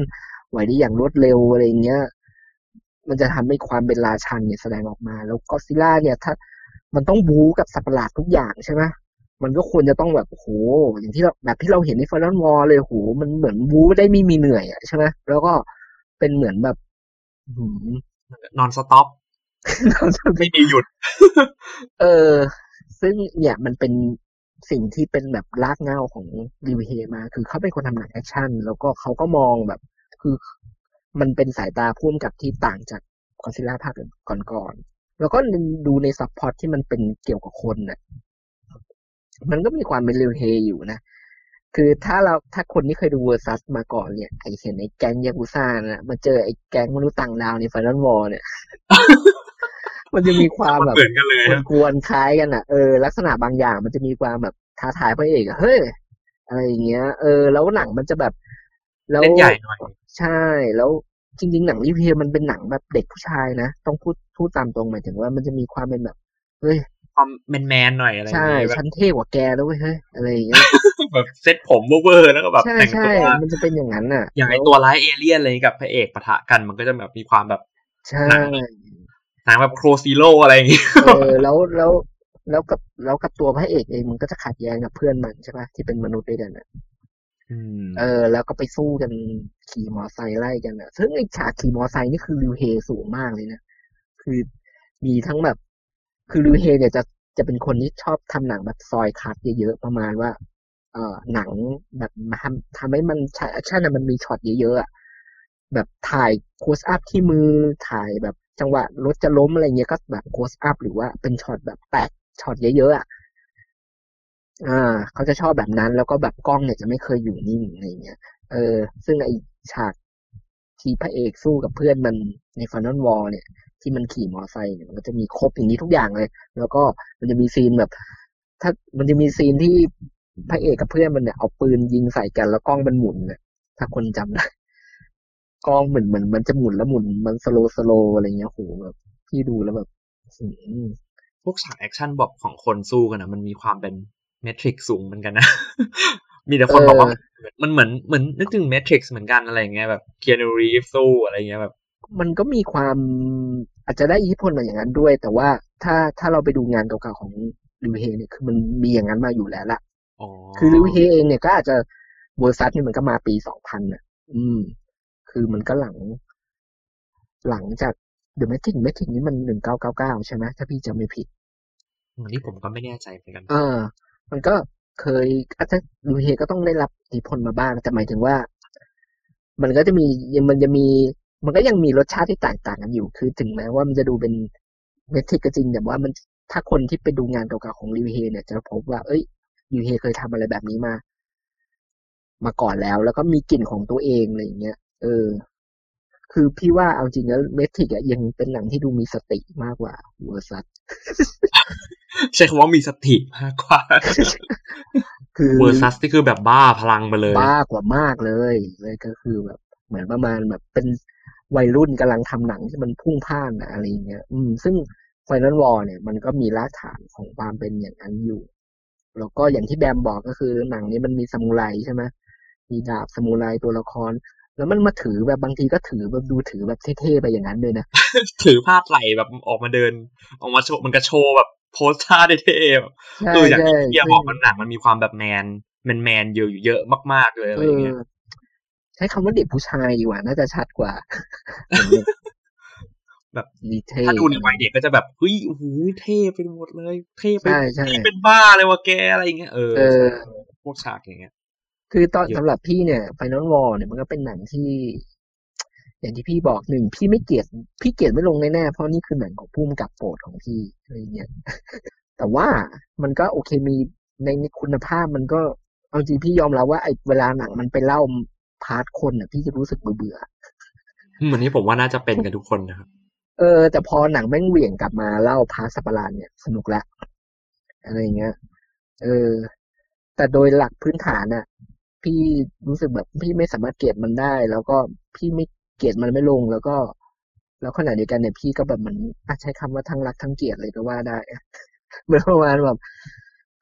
ไหวได้อย่างรวดเร็วอะไรอย่างเงี้ยมันจะทำให้ความเป็นราชันเนี่ยแสดงออกมาแล้วก็อดซิลล่าเนี่ยถ้ามันต้องบู๊กับสัตว์ประหลาดทุกอย่างใช่ไหมมันก็ควรจะต้องแบบโอ้โหอย่างที่เราแบบที่เราเห็นในฟ a น o วอ r เลยโอ้โหมันเหมือนบู๊ได้ไม่มีเหนื่อยอ่ะใช่ไหมแล้วก็เป็นเหมือนแบบหืม
นอนสต็อป
เราจะเป็
ไม่
น
มีหยุด
เออซึ่งเนี่ยมันเป็นสิ่งที่เป็นแบบรากเหง้าของริวเฮมาคือเขาเป็นคนทำหนังแอคชั่นแล้วก็เขาก็มองแบบคือมันเป็นสายตาพุ่มกับที่ต่างจากกอซิล่าภาคก่อนๆแล้วก็ดูในซับพล็อตที่มันเป็นเกี่ยวกับคนน่ะมันก็มีความเป็นริวเฮอยู่นะคือถ้าคนที่เคยดูเวอร์ซัสมาก่อนเนี่ยไอเห็นไอ้แก๊งยากุซ่านะมาเจอไอ้แก๊งมนุษย์ต่างดาวในไฟนอลวอร์เนี่ย มันจะมีความ
มัน
แบบ
เหมือนกันเลยฮะ
กวนๆคล้ายกันอ่ะลักษณะบางอย่างมันจะมีความแบบท้าทายพระเอกอะเฮ้ยอะไรอย่างเงี้ยแล้วหนังมันจะแบบแล้ว
เล่นใหญ่หน่อย
ใช่แล้วจริงๆหนังรีเพลมันเป็นหนังแบบเด็กผู้ชายนะต้องพูดตามตรงหมายถึงว่ามันจะมีความเป็นแบบเฮ้ย
ความแมนหน่อยอะไรอย่าง
ใช่
เงี้ยแบบ
ฉันเท่กว่าแกแล้วเว้ยเฮ้ยอะไรอย่างเงี้ย
แบบเซ็ตผมเวอร์ๆแล้วก็แบบ
ใช่ใช่
แต่งตัว
มันจะเป็นอย่างนั้นน่ะ
อย่างไอ
แล้ว
ตัวร้ายเอเลี่ยนอะไรกับพระเอกปะทะกันมันก็จะแบบมีความแบบ
ใช
หนัง่หนังแบบโครซีโร่อะไรอย่างเงี้ย
แล้วกับตัวพระเอกเองมันก็จะขัดแย้งกับเพื่อนมันใช่ปะที่เป็นมนุษย์ด้วยกันน่ะ
อืม
แล้วก็ไปสู้กันขี่มอไซค์ไล่กันอ่ะซึ่งไอ้ฉากขี่มอไซค์นี่คือริวเฮสูงมากเลยนะคือมีทั้งแบบคือริวเฮเนี่ยจะเป็นคนที่ชอบทำหนังแบบซอยคัทเยอะๆประมาณว่าหนังแบบทำให้มันฉากแอคชั่นมันมีช็อตเยอะๆอ่ะแบบถ่ายโคสอัพที่มือถ่ายแบบจังหวะรถจะล้มอะไรเงี้ยก็แบบโคสอัพหรือว่าเป็นช็อตแบบแตกช็อตเยอะๆอ่ะ เขาจะชอบแบบนั้นแล้วก็แบบกล้องเนี่ยจะไม่เคยอยู่นิ่งอะไรเงี้ยซึ่งไอฉากที่พระเอกสู้กับเพื่อนมันในฟันนอลวอลเนี่ยที่มันขี่มอไซค์เนี่ยมันก็จะมีครบอย่างนี้ทุกอย่างเลยแล้วก็มันจะมีซีนแบบถ้ามันจะมีซีนที่พระเอกกับเพื่อนมันเนี่ยเอาปืนยิงใส่กันแล้วกล้องมันหมุนเนี่ยถ้าคนจำได้กล้องเหมือนมันจะหมุนแล้วหมุนมันสโลว์อะไรเงี้ยโหแบบพี่ดูแล้วแบบอืม
พวกฉากแอคชั่นแบบของคนสู้กันนะมันมีความเป็นเมทริกสูงเหมือนกันนะ มีแต่
เอ
คนบอกว่า
อ
มันเหมือนนึกถึงเมทริกซ์เหมือนกันอะไรอย่างเงี้ยแบบเคียนูรีฟสู้อะไรเงี้ยแบบ
มันก็มีความอาจจะได้อิทธิพลมาอย่างนั้นด้วยแต่ว่าถ้าเราไปดูงานเก่าๆของลิวเฮเนี่ยคือมันมีอย่างนั้นมาอยู่แล้วล่ะ
อ๋อ
คือลิวเฮเองเนี่ยก็อาจจะเวอร์ซัสนี่มันก็มาปี2000น่ะคือมันก็หลังจากเดอะแมทริกนี่มัน1999ใช่ไหมถ้าพี่จำไม่ผิด
อันนี้ผมก็ไม่แน่ใจเหมือนกัน
เออมันก็เคยอาจจะลิวเฮก็ต้องได้รับอิทธิพลมาบ้างแต่หมายถึงว่า มันก็จะมีมันจะมีมันก็ยังมีรสชาติที่แตกต่างกันอยู่คือถึงแม้ว่ามันจะดูเป็นเมทิกก็จริงแต่ว่ามันถ้าคนที่ไปดูงานเก่าๆของลิวเฮเนี่ยจะพบว่าเอ้ยลิวเฮเคยทำอะไรแบบนี้มาก่อนแล้วก็มีกลิ่นของตัวเองอะไรอย่างเงี้ยคือพี่ว่าเอาจริงแล้วเมทิกอะยังเป็นหนังที่ดูมีสติมากกว่าเวอร์ซัส
ใช้คำว่ามีสติมากกว่า
คือ
เวอร์ซัสที่คือแบบบ้าพลังไปเลย
บ้ากว่ามากเลยก็คือแบบเหมือนประมาณแบบเป็นวัยรุ่นกำลังทำหนังที่มันพุ่งพ่านอะอะไรอย่างเงี้ยซึ่ง Final War เนี่ยมันก็มีรากฐานของความเป็นอย่างนั้นอยู่แล้วก็อย่างที่แบมบอกก็คือหนังนี้มันมีซามูไรใช่ไหมมีดาบซามูไรตัวละครแล้วมันมาถือแบบบางทีก็ถือแบบดูถือแบบเท่ๆไปอย่างนั้นเลยนะ
ถือผ้าไหล่แบบออกมาเดินออกมาโชว์มันก็โชว์แบบโพสท่าเท่ๆแบบ
ใช่
อย่าง
ใช่
ที่พี่บ
ซึ่ง
อกมันหนังมันมีความแบบแมนเยอะมากๆเลย
เอ
อะไรอย่างเงี้ย
อใช้คำว่าเด็กผู้ชายดีกว่าน่าจะชัดกว่าเหมือนแบบ
แบบ
มีเท่
ถ้าดูในวัยเด็กก็จะแบบเฮ้ยโอ้โหเท่ไปหมดเลยเท่ไป
ใช่ใช่
นี่เป็นบ้าเลยว่ะแกอะไรอย่างเงี้ย
เ
ใช่
ออ
พวกฉากอย่างเงี้ย
คือตอน
เยอะ
สำหรับพี่เนี่ย Final War เนี่ยมันก็เป็นหนังที่อย่างที่พี่บอกหนึ่งพี่ไม่เกลียดพี่เกลียดไม่ลงแน่ๆเพราะนี่คือหนังของผู้กำกับโปรดของพี่อะไรเงี้ยแต่ว่ามันก็โอเคมีในคุณภาพมันก็เอาจริงพี่ยอมรับว่าไอ้เวลาหนังมันไปเล่าพาร์ทคนอ่ะพี่จะรู้สึกเบื่อ
เหมือนที่ผมว่าน่าจะเป็นกันทุกคนนะครับ
แต่พอหนังแม่งเหวี่ยงกลับมาเล่าพาร์ทสัตว์ประหลาดเนี่ยสนุกละอะไรเงี้ยเออแต่โดยหลักพื้นฐานน่ะพี่รู้สึกแบบพี่ไม่สามารถเกลียดมันได้แล้วก็พี่ไม่เกลียดมันไม่ลงแล้วขณะเดียวกันเนี่ยพี่ก็แบบเหมือนใช้คำว่าทั้งรักทั้งเกลียดเลยก็ว่าได้เหมือนประมาณแบบ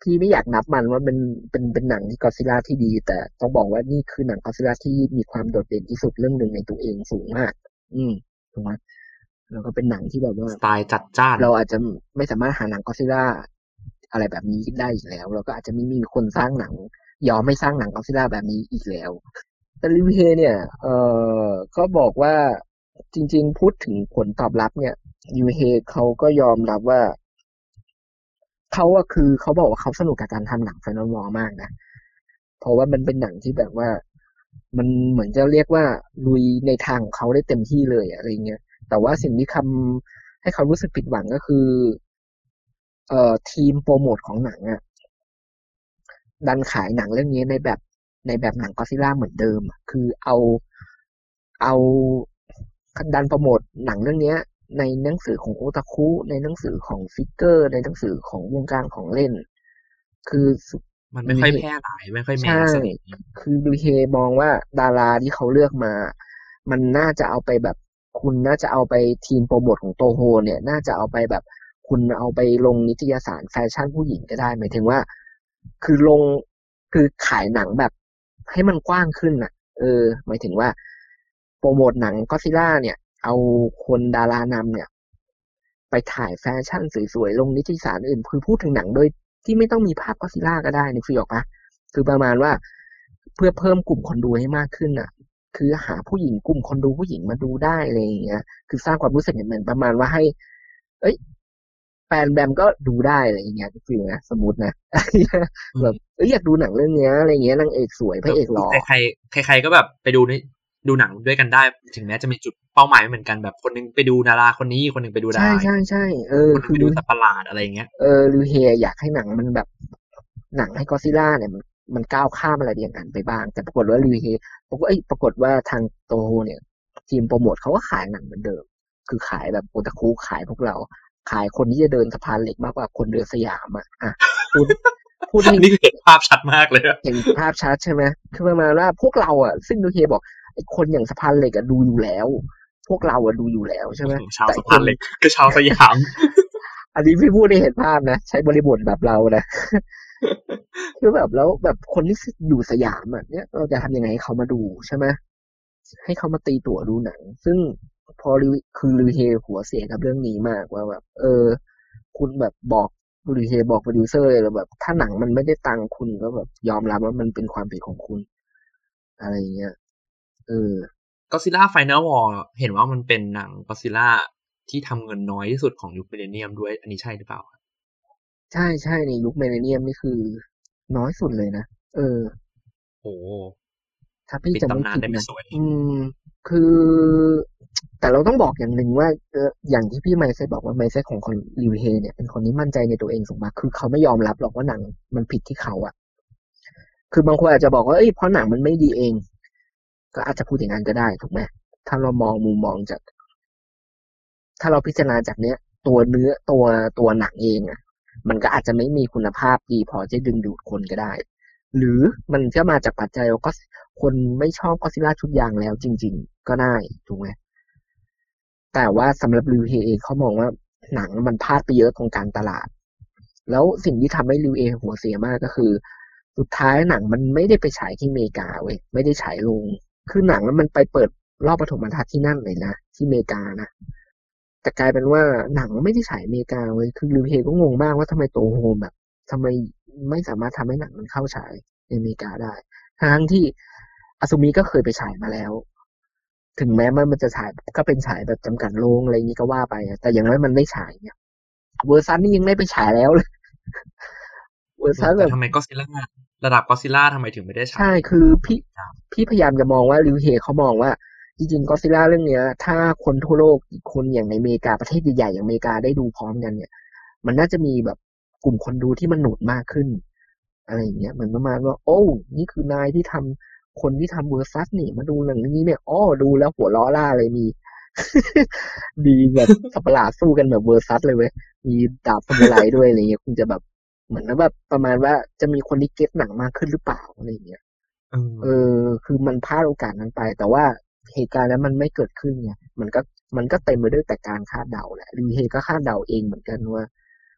พี่ไม่อยากนับมันว่าเป็นหนังที่ก็อดซิลล่าที่ดีแต่ต้องบอกว่านี่คือหนังก็อดซิลล่าที่มีความโดดเด่นที่สุดเรื่องหนึ่งในตัวเองสูงมากอืมถูกไหมแล้วก็เป็นหนังที่แบบว่า
สไตล์จัดจ้าน
เราอาจจะไม่สามารถหาหนังก็อดซิลล่าอะไรแบบนี้ได้อีกแล้วแล้วก็อาจจะไม่มีคนสร้างหนังยอมไม่สร้างหนังก็อดซิลล่าแบบนี้อีกแล้วแต่ลิวเฮเนี่ยก็บอกว่าจริงๆพูดถึงผลตอบรับเนี่ยลิวเฮเขาก็ยอมรับว่าเขาอะคือเขาบอกว่าเขาสนุกกับการทำหนังไฟนอลวอลมากนะเพราะว่ามันเป็นหนังที่แบบว่ามันเหมือนจะเรียกว่าลุยในทางของเขาได้เต็มที่เลยอะไรเงี้ยแต่ว่าสิ่งที่ทำให้เขารู้สึกผิดหวังก็คือทีมโปรโมทของหนังอะดันขายหนังเรื่องนี้ในแบบหนังก็อดซิลล่าเหมือนเดิมอะคือเอาดันโปรโมทหนังเรื่องนี้ในหนังสือของโอตาคุในหนังสือของฟิกเกอร์ในหนังสือของวงการของเล่นคือ
มันไม่ค่อยแพร่หลายไม่ค่อยแม
ใช่
สอะไรอย่างเงี้ย
คือดูเคมองว่าดาราที่เขาเลือกมามันน่าจะเอาไปแบบคุณน่าจะเอาไปทีมโปรโมทของโตโฮเนี่ยน่าจะเอาไปแบบคุณเอาไปลงนิตยสารแฟชั่นผู้หญิงก็ได้หมายถึงว่าคือลงคือขายหนังแบบให้มันกว้างขึ้นน่ะหมายถึงว่าโปรโมทหนังก็อดซิลล่าเนี่ยเอาคนดารานำเนี่ยไปถ่ายแฟชั่นสวยๆลงนิตยสารอื่นคือพูดถึงหนังโดยที่ไม่ต้องมีภาพก็อดซิลล่าก็ได้นึกฟีลออกปะคือประมาณว่าเพื่อเพิ่มกลุ่มคนดูให้มากขึ้นน่ะคือหาผู้หญิงกลุ่มคนดูผู้หญิงมาดูได้อะไรอย่างเงี้ยคือสร้างความรู้สึกเหมือนประมาณว่าให้เอ้ยแฟนแบมก็ดูได้อะไรอย่างเงี้ยฟีลนะสมมตินะ แบบอยากดูหนังเรื่องเนี้ยอะไรเงี้ยนางเอกสวยพระเอกหล่อ
ใครก็แบบไปดูหนังด้วยกันได้ถึงแม้จะมีจุดเป้าหมายไม่เหมือนกันแบบคนนึงไปดูดาราคนนี้คนนึงไปดูดา
ใช่
รา
ใช่ใช่
คนนึง
คือ
ไปดูสัตว์ประหลาดอะไรอย่างเงี้ย
ลูเฮียอยากให้หนังมันแบบหนังให้ก็อดซิลล่าเนี่ยมันก้าวข้ามอะไรอย่างนั้นไปบ้างแต่ปรากฏว่าลูเฮียปรากฏว่าทางโตโฮเนี่ยทีมโปรโมทเขาก็ขายหนังเหมือนเดิมคือขายแบบโอตาคุขายพวกเราขายคนที่จะเดินสะพานเหล็กมากกว่าคนเดินสยามอ่ะพูดพูดให้
นี่คือเห็นภาพชัดมากเลย
เห็นภาพชัดใช่ไหมคือประมาณว่าพวกเราซึ่งดูเฮียบอกไอ้คนอย่างสะพานเหล็กดูอยู่แล้ว พวกเราดูอยู่แล้วใช่ไหม
ชาว
แต่คน
สะพานเหล็กคือชาวสยาม
อันนี้พี่พูดให้เห็นภาพนะใช้บริบทแบบเรานะ คือแบบแล้วแบบคนที่อยู่สยามเนี่ยเราจะทำยังไงให้เขามาดูใช่ไหมให้เขามาตีตั๋วดูหนังซึ่งพอคือลือเฮหัวเสียกับเรื่องนี้มากว่าแบบคุณแบบบอกลือเฮบอกโปรดิวเซอร์เลยแล้วแบบถ้าหนังมันไม่ได้ตังค์คุณก็แบบยอมรับว่ามันเป็นความผิดของคุณอะไรอย่างเงี้ยเออ
Godzilla Final War เห็นว่ามันเป็นหนัง Godzilla ที่ทำเงินน้อยที่สุดของยุคมิลเลนเนียมด้วยอันนี้ใช่หรือเปล่า
ใช่ใช่ในยุคเมเลเนียมนี่คือน้อยสุดเลยนะเออ
โอ้
ถ้าพี่
ปิดตำนาน
จะไม่ผิดนะ
ได้ไม่สวย
คือแต่เราต้องบอกอย่างหนึ่งว่าอย่างที่พี่ไมเซ็ตบอกว่าไมเซ็ตของคนลิวเฮเนี่ยเป็นคนที่มั่นใจในตัวเองสูงมากคือเขาไม่ยอมรับหรอกว่าหนังมันผิดที่เขาคือบางคนอาจจะบอกว่าเอ้ยเพราะหนังมันไม่ดีเองก็อาจจะพูดอย่างนั้นก็ได้ถูกไหมถ้าเรามองมุมมองจากถ้าเราพิจารณาจากเนี้ยตัวเนื้อตัวหนังเองมันก็อาจจะไม่มีคุณภาพดีพอจะดึงดูดคนก็ได้หรือมันก็มาจากปัจจัยว่าก็คนไม่ชอบก็อดซิลล่าชุดยางแล้วจริงๆก็ได้ถูกไหมแต่ว่าสำหรับริวเฮเองเขามองว่าหนังมันพลาดไปเยอะตรงการตลาดแล้วสิ่งที่ทำให้ริวเอหัวเสียมากก็คือสุดท้ายหนังมันไม่ได้ไปฉายที่อเมริกาเว้ยไม่ได้ฉายโรงคือหนังมันไปเปิดรอบปฐมทัศน์ที่นั่นเลยนะที่อเมริกานะแต่กลายเป็นว่าหนังไม่ได้ฉายอเมริกาเว้ยคือริวเฮก็งงมากว่าทำไมโตโฮมแบบทำไมไม่สามารถทำให้หนังมันเข้าฉายในอเมริกาได้ทั้งที่อาซูมิก็เคยไปฉายมาแล้ว ถึงแม้มันจะฉายก็เป็นฉายแบบจำกัดโรงอะไรอย่างนี้ก็ว่าไปแต่อย่างน้อยมันไม่ฉายเนี่ยเวอร์ซันนี่ยังไม่ไปฉายแล้วเลยเวอร์ซันแบบ
แต่ทำไมก็ซิล่าระดับก็ซิล่าทำไมถึงไม่ได้ฉา
ใช่
ย
คือพี่พยายามจะมองว่าริวเฮเขามองว่าจริงๆก็ซิล่าเรื่องเนี้ยถ้าคนทั่วโลกคนอย่างในอเมริกาประเทศใหญ่ๆอย่างอเมริกาได้ดูพร้อมกันเนี่ยมันน่าจะมีแบบกลุ่มคนดูที่มันหนุนมากขึ้นอะไรอย่างเงี้ยเหมือนประมาณว่าโอ้นี่คือนายที่ทำคนที่ทำเวอร์ซัสนี่มาดูหนังนี้เนี่ยอ้อดูแล้วหัวล้อล่าเลยมี ดีแบบสัตว์ประหลาดสู้กันแบบเวอร์ซัสเลยเว้ยมีดาบซามูไรด้วยอะไรเงี้ยคงจะแบบเหมือนแบบประมาณว่าจะมีคนที่เก็ตหนังมากขึ้นหรือเปล่าอะไรเงี้ยเอคือมันพลาดโอกาสนั้นไปแต่ว่าเหตุการณ์นั้นมันไม่เกิดขึ้นไงมันก็เต็มไปด้วยแต่การคาดเดาแหละรีเฮก็คาดเดาเองเหมือนกันว่า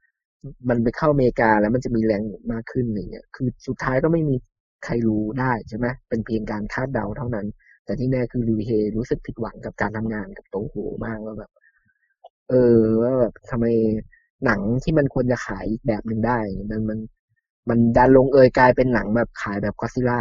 มันไปเข้าอเมริกาแล้วมันจะมีแรงหนุนมากขึ้นอย่างเงี้ยคือสุดท้ายก็ไม่มีใครรู้ได้ใช่ไหมเป็นเพียงการคาดเดาเท่านั้นแต่ที่แน่คือลิวเฮรู้สึกผิดหวังกับการทำงานกับโตโหมากว่าแบบว่าแบบทำไมหนังที่มันควรจะขายอีกแบบหนึ่งได้มันดันลงเอยกลายเป็นหนังแบบขายแบบก็อดซิลล่า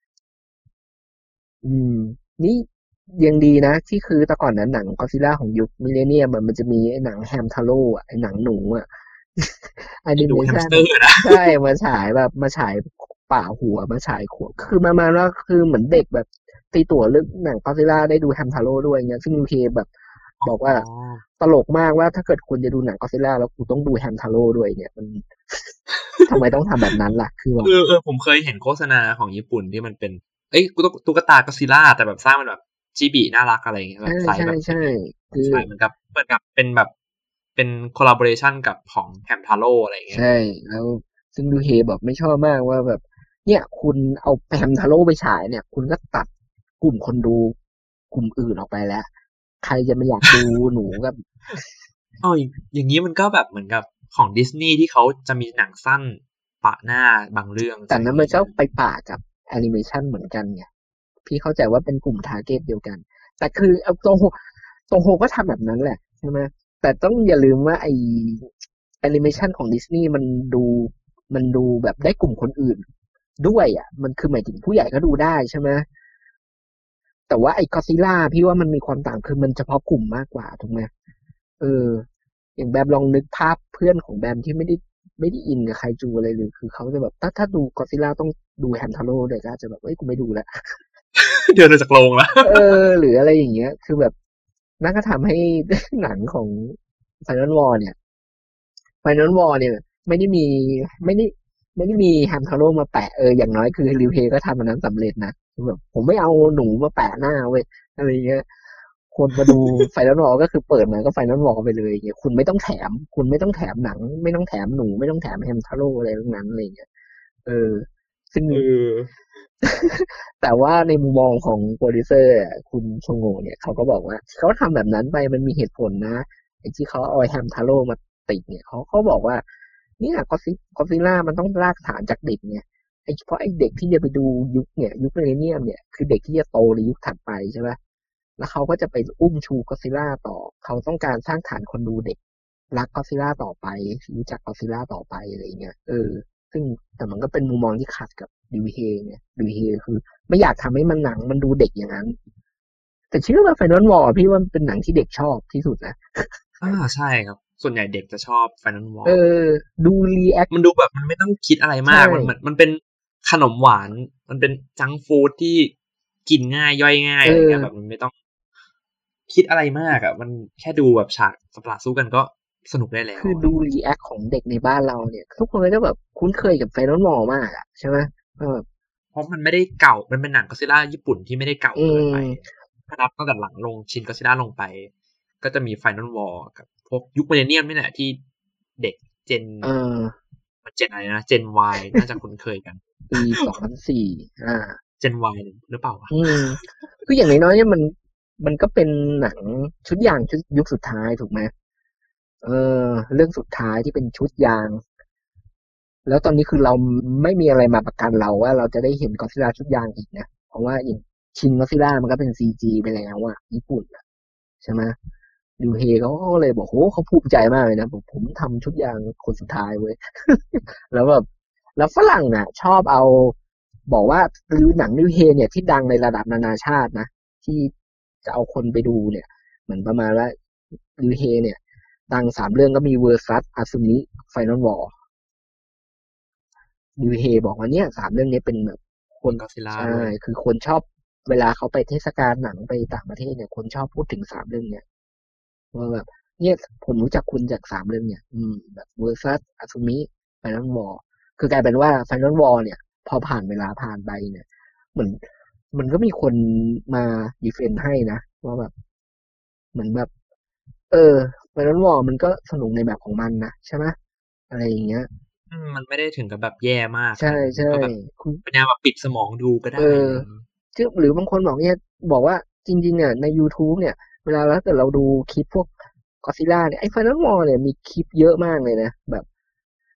อืมนี่ยังดีนะที่คือแต่ก่อนนั้นหนังก็อดซิลล่าของยุคมิเลเนียมมันจะมีไอ้หนังแฮมทาโร่อะไอ้หนังหนูอะแอนิ
ไอ้หนูแฮมส
เมชัน
เตอร์นะ
ใช่มาฉายป่าหัวมาฉายขวบคือประมาณว่าคือเหมือนเด็กแบบตีตั๋วเลือกหนังก็อดซิลล่าได้ดูแฮมทาโร่ด้วยเงี้ยซึ่งยูเคแบบบอกว่า
อ๋อ
ตลกมากว่าถ้าเกิดคุณจะดูหนังก็อดซิลล่าแล้วคุณต้องดูแฮมทาโร่ด้วยเนี่ยมันทำไมต้องทำแบบนั้นล่ะคือแบบ
ผมเคยเห็นโฆษณาของญี่ปุ่นที่มันเป็นเอ้ยตุ๊กตาก็อดซิลล่าแต่แบบสร้างเป็นแบบจิบิน่ารักอะไรอย่างเงี้ยแบ
ใช่
บใส่
ใช่ใช่
แบบเป็น
คือ
ใช่เหมือนกับเป็นแบบเป็นคอลลาบอเรชันกับของแฮมทาโร่อะไรอย่างเงี้ย
ใช่แล้วซึ่งดูเฮบอกไม่ชอบมากว่าแบบเนี่ยคุณเอาแพมทาโร่ไปฉายเนี่ยคุณก็ตัดกลุ่มคนดูกลุ่มอื่นออกไปแล้วใครจะไม่อยากดูหนูกับ
อ๋ออย่างนี้มันก็แบบเหมือนกับของดิสนีย์ที่เขาจะมีหนังสั้นปะหน้าบางเรื่อง
แต่
ใส่
นั้นมันก็
อย่างงี้ใช่ไหม
ไปป่ากับแอนิเมชันเหมือนกันไงพี่เข้าใจว่าเป็นกลุ่มทาร์เก็ตเดียวกันแต่คือเอาโตโฮก็ทำแบบนั้นแหละใช่ไหมแต่ต้องอย่าลืมว่าไอแอนิเมชันของดิสนีย์ดูมันดูแบบได้กลุ่มคนอื่นด้วยอ่ะมันคือหมายถึงผู้ใหญ่ก็ดูได้ใช่ไหม แต่ว่าไอ้ก็อดซิลล่าพี่ว่ามันมีความต่างคือมันเฉพาะกลุ่มมากกว่าถูกไหมเอออย่างแบบลองนึกภาพเพื่อนของแบมที่ไม่ได้อินกับไคจูอะไรเลยคือเขาจะแบบถ้าดูก็อดซิลล่าต้องดูแฮมทาโร่เลยก็อาจจะแบบเอ้ยกูไม่ดูแล้ว
เดินออกจากโรงแล้ว
หรืออะไรอย่างเงี้ยคือแบบนั่นก็ทำให้หนังของไฟนอลวอร์เนี่ยไฟนอลวอร์เนี่ยไม่ได้มีไม่ได้ไม่ได้มีแฮมทาโร่มาแปะอย่างน้อยคือริวเพก็ทำอันนั้นสำเร็จนะคือแบบผมไม่เอาหนูมาแปะหน้าเว้ยอะไรเงี้ย คนมาดูไฟนอลวอลก็คือเปิดมาก็ไฟนอลวอลไปเลยอย่างเงี้ยคุณไม่ต้องแถมหนังไม่ต้องแถมหนูไม่ต้องแถมแฮมทาโร่อะไรทั้งนั้นอะไรเงี้ยเออซึ่ง
เออ
แต่ว่าในมุมมองของโปรดิวเซอร์คุณชงโงเนี่ยเขาก็บอกว่าเขาทำแบบนั้นไปมันมีเหตุผลนะไอ้ที่เขาเอาแฮมทาโร่มาติดเนี่ยเขาบอกว่าเนี่ยก็อดซิลล่ามันต้องรากฐานจากเด็กเนี่ยเพราะไอ้เด็กที่จะไปดูยุคมิเลเนียมเนี่ยคือเด็กที่จะโตในยุคถัดไปใช่ไหมแล้วเขาก็จะไปอุ้มชูก็อดซิลล่าต่อเขาต้องการสร้างฐานคนดูเด็กรักก็อดซิลล่าต่อไปรู้จักก็อดซิลล่าต่อไปอะไรเงี้ยซึ่งแต่มันก็เป็นมุมมองที่ขัดกับดิวเฮไงดิวเฮคือ ไม่อยากทำให้มันหนังมันดูเด็กอย่างนั้น แต่เชื่อว่าไฟนอลวอร์พี่ว่ามันเป็นหนังที่เด็กชอบที่สุดนะ
ใช่ครับส่วนใหญ่เด็กจะชอบ Final
เอ
Wall
อดูรีแอค
มันดูแบบมันไม่ต้องคิดอะไร
ใช่
มากมันเหมือนมันเป็นขนมหวานมันเป็นจังก์ฟู้ดที่กินง่ายย่อยง่าย
เอ
อะไร
อ
เงี้ยแบบมันไม่ต้องคิดอะไรมากอะมันแค่ดูแบบฉากสัตว์ประหลาดสู้กันก็สนุกได้แล้ว
คือดู
อะไรเงี้ย
รีแอคของเด็กในบ้านเราเนี่ยทุกคนก็จะแบบคุ้นเคยกับไฟนอลวอร์มากอะใช่ไหมแบบ
เพราะมันไม่ได้เก่ามันเป็นหนังก็อดซิลล่าญี่ปุ่นที่ไม่ได้เก่า
อื
เกินไป
ม
ถ้านับตั้งแต่หลังลงชินก็อดซิลล่าลงไปก็จะมี Final War กับพวกยุค Millennium นี่แหละที่เด็กเจน
เออ
เจนอะไรนะเจน Y น่าจะคุ้นเคยกัน
ปี2004
เจน Y หรือเปล่าวะ
อืมคืออย่างน้อยๆเนี่ยมันก็เป็นหนังชุดยางชุดยุคสุดท้ายถูกไหมเอเรื่องสุดท้ายที่เป็นชุดยาง แล้วตอนนี้คือเราไม่มีอะไรมาประกันเราว่าเราจะได้เห็นก็อดซิลล่าชุดยางอีกนะเพราะว่าอย่างชินก็อดซิลล่ามันก็เป็นซีจีไปแล้วอะญี่ปุ่นอะใช่ไหมดูเฮเขาก็เลยบอกโหเขาภูมิใจมากเลยนะผมทำชุดยางคนสุดท้ายเว้ยแล้วแบบแล้วฝรั่งอ่ะชอบเอาบอกว่าดูหนังนิวเฮเนี่ยที่ดังในระดับนานาชาตินะที่จะเอาคนไปดูเนี่ยเหมือนประมาณว่านิวเฮเนี่ยดัง3 เรื่องก็มีเวอร์ซัสอาซึมิไฟนอลวอร์ นิวเฮบอกว่าเนี่ย3 เรื่องนี้เป็นแบบคน
มีก็อดซิลล่า
ใช่
ด้วย
คือคนชอบเวลาเขาไปเทศกาลหนังไปต่างประเทศเนี่ยคนชอบพูดถึง3 เรื่องเนี่ยว่าแบบเนี่ยผมรู้จักคุณจาก3 เรื่องเนี่ยแบบเวอร์ซัสอาซูมิไฟนอลวอร์คือกลายเป็นว่าไฟนอลวอร์เนี่ยพอผ่านเวลาผ่านไปเนี่ยเหมือนมันก็มีคนมาดีเฟนต์ให้นะว่าแบบเหมือนแบบเออไฟนอลวอร์มันก็สนุกในแบบของมันนะใช่ไหมอะไรอย่างเงี้ย
มันไม่ได้ถึงกับแบบแย่มากข
ใช่
นาดนั้นมัน
ใช่
ก็แบบ
คุณ
เป็นแนวแบบปิดสมองดูก็
เอ
ได้อะ
อ
ไรอย่างงี้
หรือบางคนบอกเนี่ยบอกว่าจริงๆอ่ะใน YouTube เนี่ยเวลาเราเกิดเราดูคลิปพวกก็อดซิลล่าเนี่ยไอ้ Final War เนี่ยมีคลิปเยอะมากเลยนะแบบ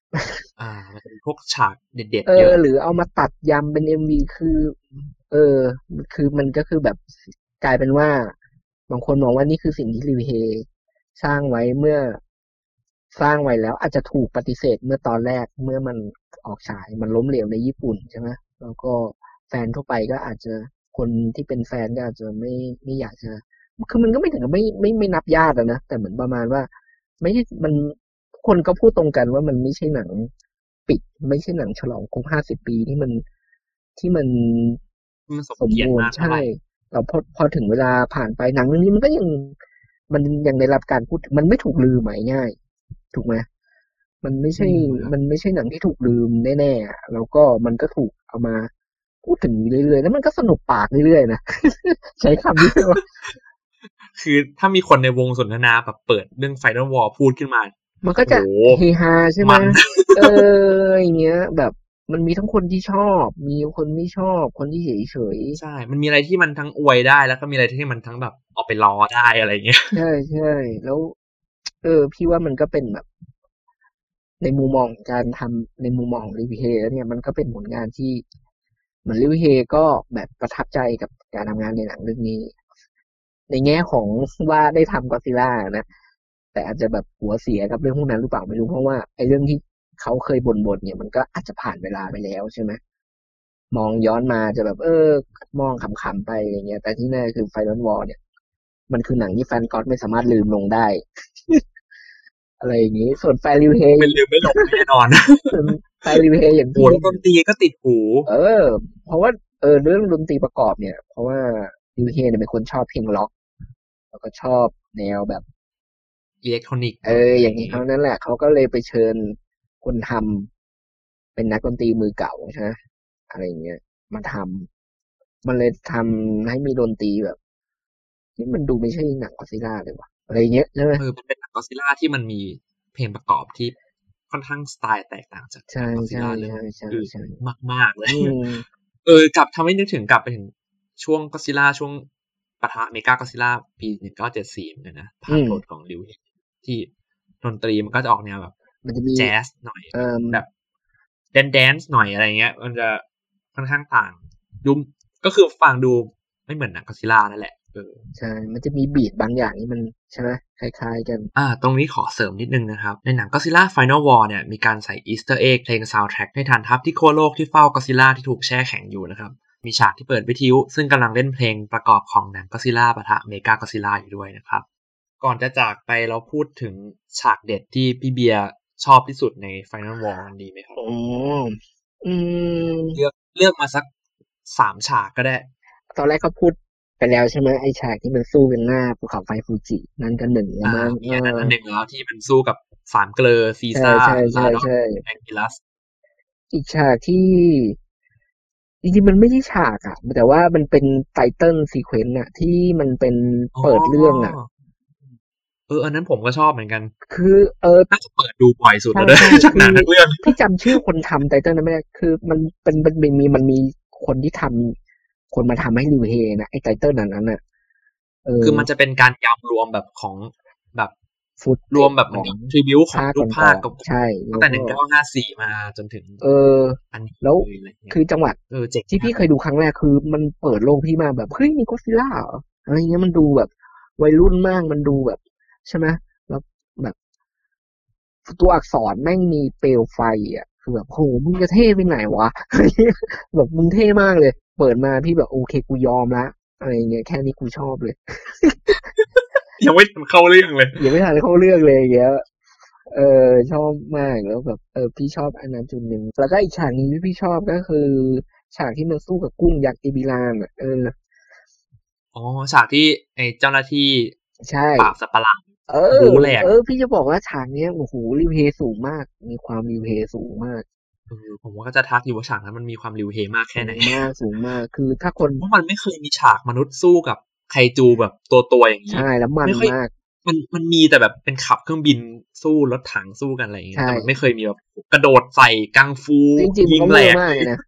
มันจะมีพวกฉากเด็ดๆเยอะ
หรือเอามาตัดยำเป็นเอ็มวีคือเออคือมันก็คือแบบกลายเป็นว่าบางคนมองว่านี่คือสิ่งที่ริวเฮสร้างไว้เมื่อสร้างไว้แล้วอาจจะถูกปฏิเสธเมื่อตอนแรกเมื่อมันออกฉายมันล้มเหลวในญี่ปุ่นใช่ไหมแล้วก็แฟนทั่วไปก็อาจจะคนที่เป็นแฟนก็อาจจะไม่อยากจะคือมันก็ไม่ถึงกับไม่นับญาตินะแต่เหมือนประมาณว่าไม่ใช่มันคนก็พูดตรงกันว่ามันไม่ใช่หนัง ปิดไม่ใช่หนังฉลองครบ50 ปีที่มัน
มันสม
สม
เกียรติ
บูรณ์ใช่
มากเท่าไหร่
แล้วพอถึงเวลาผ่านไปหนังเรื่องนี้มันยังได้รับการพูดมันไม่ถูกลืมหมายง่ายถูกไหมมันไม่ใช่
ครับ
มันไม่ใช่หนังที่ถูกลืมแน่ๆอะแล้วก็มันก็ถูกเอามาพูดถึงเรื่อยๆแล้วมันก็สนุกปากเรื่อยๆนะใช้คำนี้ว่า
คือถ้ามีคนในวงสนทนาแบบเปิดเรื่อง Final War พูดขึ้นมา
มันก็
โอ้โห
จะเฮฮาใช่ไหม
มัน
เออย่างเงี้ยแบบมันมีทั้งคนที่ชอบมีคนไม่ชอบคนที่เฉย
ใช่ มันมีอะไรที่มันทั้งอวยได้แล้วก็มีอะไรที่มันทั้งแบบเอาไปล้อได้อะไรเงี้ย
ใช่ใช่แล้วพี่ว่ามันก็เป็นแบบในมุมมองของการทำในมุมมองของลิวเฮแล้วเนี่ยมันก็เป็นผลงานที่เหมือนลิวเฮก็แบบประทับใจกับการทำงานในหนังเรื่องนี้ในแง่ของว่าได้ทำก็อดซิลล่านะแต่อาจจะแบบหัวเสียกับเรื่องพวกนั้นหรือเปล่าไม่รู้เพราะว่าไอ้เรื่องที่เขาเคยบ่นๆเนี่ยมันก็อาจจะผ่านเวลาไปแล้วใช่ไหมมองย้อนมาจะแบบมองขำๆไปอย่างเงี้ยแต่ที่แน่คือไฟนอลวอร์เนี่ยมันคือหนังที่แฟนก็อดไม่สามารถลืมลงได้ อะไรอย่างนี้ส่วนแฟนริวเฮ
ไม่ลืมไม่หลงแน่นอน
ส่วนแฟนริวเฮอย่าง
โห
พี่
แล้วดนตรีก็ติดหู
เออเพราะว่าเรื่องดนตรีประกอบเนี่ยเพราะว่าริวเฮเนี่ยเป็นคนชอบเพลงล็อกแล้วก็ชอบแนวแบบ
อิเล็กทรอนิกส์หน่อยอะไร
อย่างนี้
อย่างงี้
เขานั่นแหละเขาก็เลยไปเชิญคนทำเป็นนักดนตรีมือเก่าใช่ไหมอะไรอย่างเงี้ยมาทำมันเลยทำให้มีดนตรีแบบที่มันดูไม่ใช่หนังก็อดซิลล่าเลยว่ะอะไรอย่างเงี้ยใช่ไหม
มันเป็นหนังก็อดซิลล่าที่มันมีเพลงประกอบที่ค่อนข้างสไตล์แตกต่างจากห
ใช่
นังก็อดซิล
ใช่
ล่าเรื่อง
ใช่ใช่
อื่น
ใช่
มากๆเลย
อืม
กลับทำให้นึกถึงกลับไปถึงช่วงก็อดซิลล่าช่วงปะทะเมกาก็อดซิลล่าปี1974เหมือนกันนะภา
อืม
พโปรดของริวที่ดนตรีมันก็จะออกแนวแบบ
มันจะมี
แจ๊สหน่อย
เอ่อ
แบบแดนซ์หน่อยอะไรเงี้ยมันจะค่อนข้างต่างดูก็คือฟังดูไม่เหมือนหนังก็อดซิลล่านั่นแหละ
ใช่ มันจะมีบีทบางอย่างที่มันใช่ไหมคล้ายๆกัน
ตรงนี้ขอเสริมนิดนึงนะครับในหนัง Godzilla Final War เนี่ยมีการใส่อีสเตอร์เอ็กเพลงซาวด์แทร็กให้ฐานทัพที่ขั้วโลกที่เฝ้า Godzilla ที่ถูกแช่แข็งอยู่นะครับมีฉากที่เปิดวิทยุซึ่งกำลังเล่นเพลงประกอบของหนัง Godzilla ปะทะเมกา Godzilla อยู่ด้วยนะครับก่อนจะจากไปเราพูดถึงฉากเด็ดที่พี่เบียร์ชอบที่สุดใน Final War กันดีไหมครับ
อ๋ออืม
เลือกมาสัก3 ฉากก็ได้
ตอนแรกเขาพูดไปแล้วใช่ไหมไอ้ฉากที่มันสู้กันหน้าภูเขาไฟฟูจินั่นก็หนึ่งแล้วมั้ง
มีอันนั้นอันหนึ่งแล้วที่มันสู้กับ3 เกลอซี
ใช่
ซ่า
ใช่ใช่
ลาดอน
ใช่
แองกิลัส
อีกฉากที่จริงๆมันไม่ใช่ฉากอะแต่ว่ามันเป็นไตเติ้ลซีเควนต์อะที่มันเป็น
อ๋อ
เปิดเรื่องอะ
อันนั้นผมก็ชอบเหมือนกัน
คือ
น่าจะเปิดดูบ่อยสุด
ใช่
แล้วด้วย
ใช่
จาก
คือ
หนังทั้งเรื่อง
พี่จำชื่อคนทำไตเติ้ลนั้นไม่ได้คือมันมีคนที่ทำคนมาทำให้ริวเฮนะไอ้ไตเติ้ลนั้นน่ะเออ
คือมันจะเป็นการยำรวมแบบของแบบ
ฟุตเต
รวมแบบเหมือน
ของ
กับทริบิวของ
ภาค
ทุกภาค
ก่อน
กับ
ๆใช่
ตั้งแต่
แล้วก็
1954มาจนถึง
เออ
อันนี้
แล้ว
เลยอะไรเงี้ย
คือจังหวัด
เจ๋ง
ที่พี่
มากเลย
เคยดูครั้งแรกคือมันเปิดโลกพี่มาแบบเฮ้ยมีก็อดซิลล่าเหรออะไรเงี้ยมันดูแบบวัยรุ่นมากมันดูแบบใช่ไหมแล้วแบบตัวอักษรแม่งมีเปลวไฟอ่ะคือแบบโหมึงจะเท่ไปไหนวะแบบมึงเท่มากเลยเปิดมาพี่แบบโอเคกูยอมละอะไรเงี้ยแค่นี้กูชอบเลย
ยังไม่ทันเข้าเรื่องเลย
ยังไม่ทันเข้าเรื่องเลยอย่างเงี้ย ชอบมากแล้วแบบพี่ชอบอันนั้นจุดหนึ่งแล้วก็อีกฉากหนึงที่พี่ชอบก็คือฉากที่มันสู้กับกุ้งยักษ์อิบิลานอ่ะ
อ๋อฉากที่ไอ้เจ้าหน้าที่
ใช่
ปราบสัตว์ประหลาด
เอ
บู๊แหลก
พี่จะบอกว่าฉากเนี้ยโอ้โหริวเฮสูงมากมีความริวเฮสูงมาก
ผมว่าก็จะทักอยู่ว่าฉากนั้นมันมีความริวเฮมากแค่
สู
ไหน
งมากสูงมากคือถ้าคน
เพราะมันไม่เคยมีฉากมนุษย์สู้กับไคจูแบบตัวอย่างนี้
ใช่แล้วมัน
ไม่ค่อย
มาก
มันมีแต่แบบเป็นขับเครื่องบินสู้รถถังสู้กันอะไรอย่างเงี้ย
ใช่
แต่มันไม่เคยมีแบบกระโดดใส่กังฟู
จริงๆมัน
ยิงแหล
ก็เวอร์
กเลย
มากเลยนะ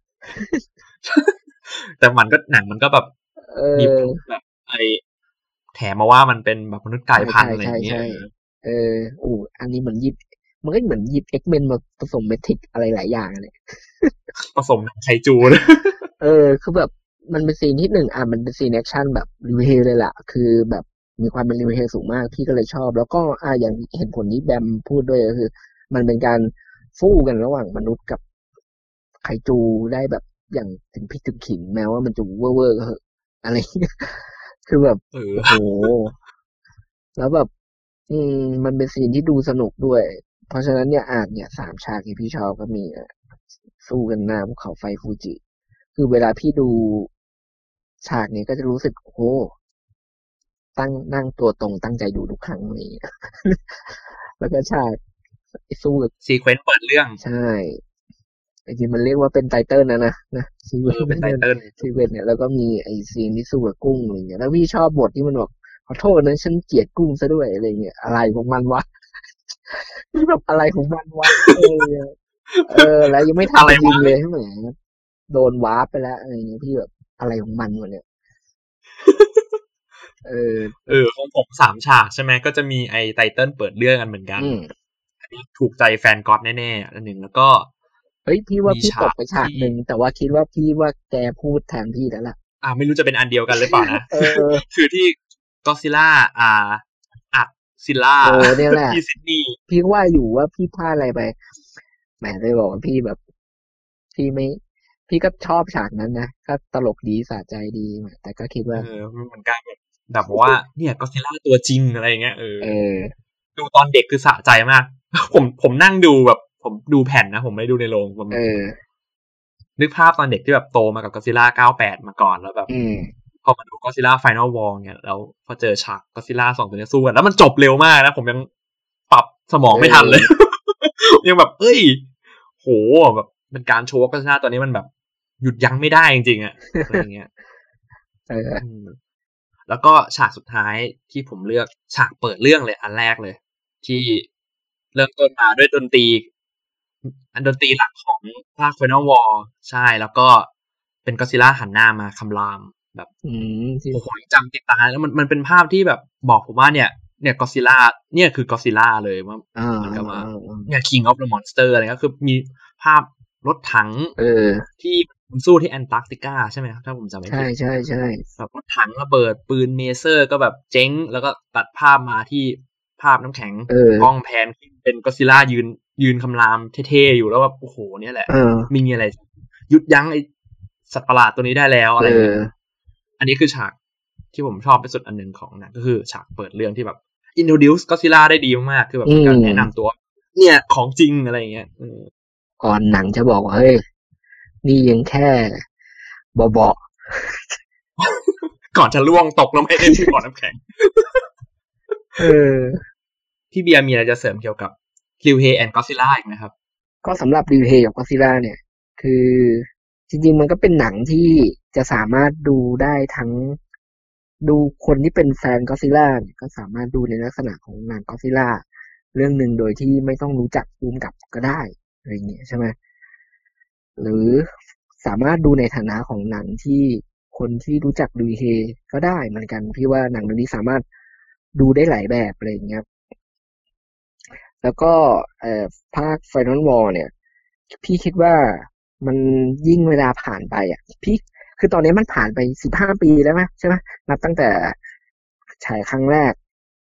แต่มันก็หนังมันก็แบบ
เอ
มี
อ
แบบไอแถมมาว่ามันเป็นแบบมนุษย์กลายพันธุ์อะไรอ
ใช่
ย่างเงี้ย
ใช่โอ้อันนี้เหมือนยิบมันก็เหมือนหยิบ X-Men มาผสมเมทิกอะไรหลายอย่างเลย
ผสมหนังไคจูเลย
คือแบบมันเป็นซีนที่หนึ่งมันเป็นซีนแอคชั่นแบบรีวิวเลยล่ะคือแบบมีความเป็นรีวิวสูงมากพี่ก็เลยชอบแล้วก็อย่างเห็นผลที่แบมพูดด้วยก็คือมันเป็นการสู้กันระหว่างมนุษย์กับไคจูได้แบบอย่างถึงพริกถึงขิงแม้ว่ามันจะเวอร์ก็เหอะอะไรคือแบบโอ้โหแล้วแบบมันเป็นซีนที่ดูสนุกด้วยเพราะฉะนั้นเนี่ยเนี่ย3 ฉากที่พี่ชอบก็มีสู้กันหน้าภูเขาไฟฟูจิคือเวลาพี่ดูฉากนี้ก็จะรู้สึกโอ้นั่งตัวตรงตั้งใจดูทุกครั้งนี้ แล้วก็ฉากสู้กับ
ซีเควนต์เปิดเรื่อง
ใช่จริงๆมันเรียกว่าเป็นไตเติ้ลนะซีเวน
เป็นไตเติ้ล
ซีเวนเนี่ยแล้วก็มีไอซีนที่สู้กับกุ้งอะไรเงี้ยแล้วพี่ชอบบทที่มันบอกขอโทษนะฉันเกลียดกุ้งซะด้วยอะไรเงี้ยอะไรของมันวะพี่แบบอะไรของมันวะแล้วยังไม่ทันจะยิงเลยแหมโดนวาร์ปไปแล้วอะไรเงี้ยพี่แบบอะไรของมันวะเนี่ย
ของผม3 ฉากใช่ไหมก็จะมีไอไตเติ้ลเปิดเรื่องกันเหมือนกันอันนี้ถูกใจแฟนก็อดแน่ๆอันหนึ่งแล้วก็
เฮ้ยพี่ว่าพี่ตกไปฉากหนึ่งแต่ว่าคิดว่าพี่ว่าแกพูดแทนพี่แล้วล่ะ
ไม่รู้จะเป็นอันเดียวกันหรือเปล่านะคือที่ก็ซิล่าอัดซิล่า
เนี่ยแหละ
ที่ซิดนีย์
พี่ว่าอยู่ว่าพี่พลาดอะไรไปแหมเลยบอกว่าพี่แบบพี่ก็ชอบฉากนั้นนะก็ตลกดีสะใจดีแต่ก็คิดว่า
มันเหมือนกันแบบว่าเนี่ยก็ซิล่าตัวจริงอะไรอย่างเงี้ยดูตอนเด็กคือสะใจมากผมนั่งดูแบบผมดูแผ่นนะผมไม่ดูในโรงผมนึกภาพตอนเด็กที่แบบโตมากับก็ซิล่า98มาก่อนแล้วแบบพอมาดูก็ซิล่าไฟนอลวอร์เนี่ยแล้วพอเจอฉากก็ซิล่า2ตัวนี้สู้กันแล้วมันจบเร็วมากนะผมยังปรับสมองไม่ทันเลย ยังแบบเอ้ยโหแบบเป็นการโชว์ก็ซิล่าตัวนี้มันแบบหยุดยั้งไม่ได้จริงๆอะอะไรอย่างเงี้ยแล้วก็ฉากสุดท้ายที่ผมเลือกฉากเปิดเรื่องเลยอันแรกเลยที่เริ่มต้นมาด้วยดนตรีหลักของภาค Final War ใช่แล้วก็เป็นก็อดซิลล่าหันหน้ามาคำรามแบบโอ้โหจำติดตาแล้วมันเป็นภาพที่แบบบอกผมว่าเนี่ยก็อดซิลล่าเนี่ยคือก็อดซิลล่าเลยว่าเหมือนกับว่าเนี่ย King of the Monster อะไรก็คือมีภาพรถถังที่มันสู้ที่แอนตาร์กติกาใช่ไหมครับถ้าผมจำไม่ผิด
ใช่
แบบรถถังระเบิดปืนเมเซอร์ก็แบบเจ๊งแล้วก็ตัดภาพมาที่ภาพน้ำแข็งกล้องแพนเป็นก็อดซิลล่ายืนคำรามเท่ๆอยู่แล้วแบบโอ้โหเนี่ยแหละไม่มีอะไรหยุดยั้งไอสัตว์ประหลาดตัวนี้ได้แล้วอะไรอย่างเงี้ยอันนี้คือฉากที่ผมชอบที่สุดอันหนึ่งของหนังก็คือฉากเปิดเรื่องที่แบบ introduce ก็อดซิลล่าได้ดีมากๆคือแบบการแนะนำตัวเนี่ยของจริงอะไรอย่างเงี้ย
ก่อนหนังจะบอกว่าเฮ้ยนี่ยังแค่เบา
ก่อนจะล่วงตกลงไปในที่บ่อน้ำแข็งพี่เบียร์มีอะไรจะเสริมเกี่ยวกับริวเฮแอนด์ก็อดซิลล่าอีกไหมครับ
ก็สำหรับริวเฮกับก็อดซิลล่าเนี่ยคือจริงๆมันก็เป็นหนังที่จะสามารถดูได้ทั้งดูคนที่เป็นแฟนก็อดซิลล่าก็สามารถดูในลักษณะของหนังก็อดซิลล่าเรื่องหนึ่งโดยที่ไม่ต้องรู้จักภูมิกับก็ได้อะไรอย่างเงี้ยใช่ไหมหรือสามารถดูในฐานะของหนังที่คนที่รู้จักริวเฮก็ได้เหมือนกันพี่ว่าหนังเรื่องนี้สามารถดูได้หลายแบบอะไรอย่างเงี้ยแล้วก็ภาค Final War เนี่ยพี่คิดว่ามันยิ่งเวลาผ่านไปพี่คือตอนนี้มันผ่านไป15 ปีแล้วไหมใช่ไหมนับตั้งแต่ฉายครั้งแรก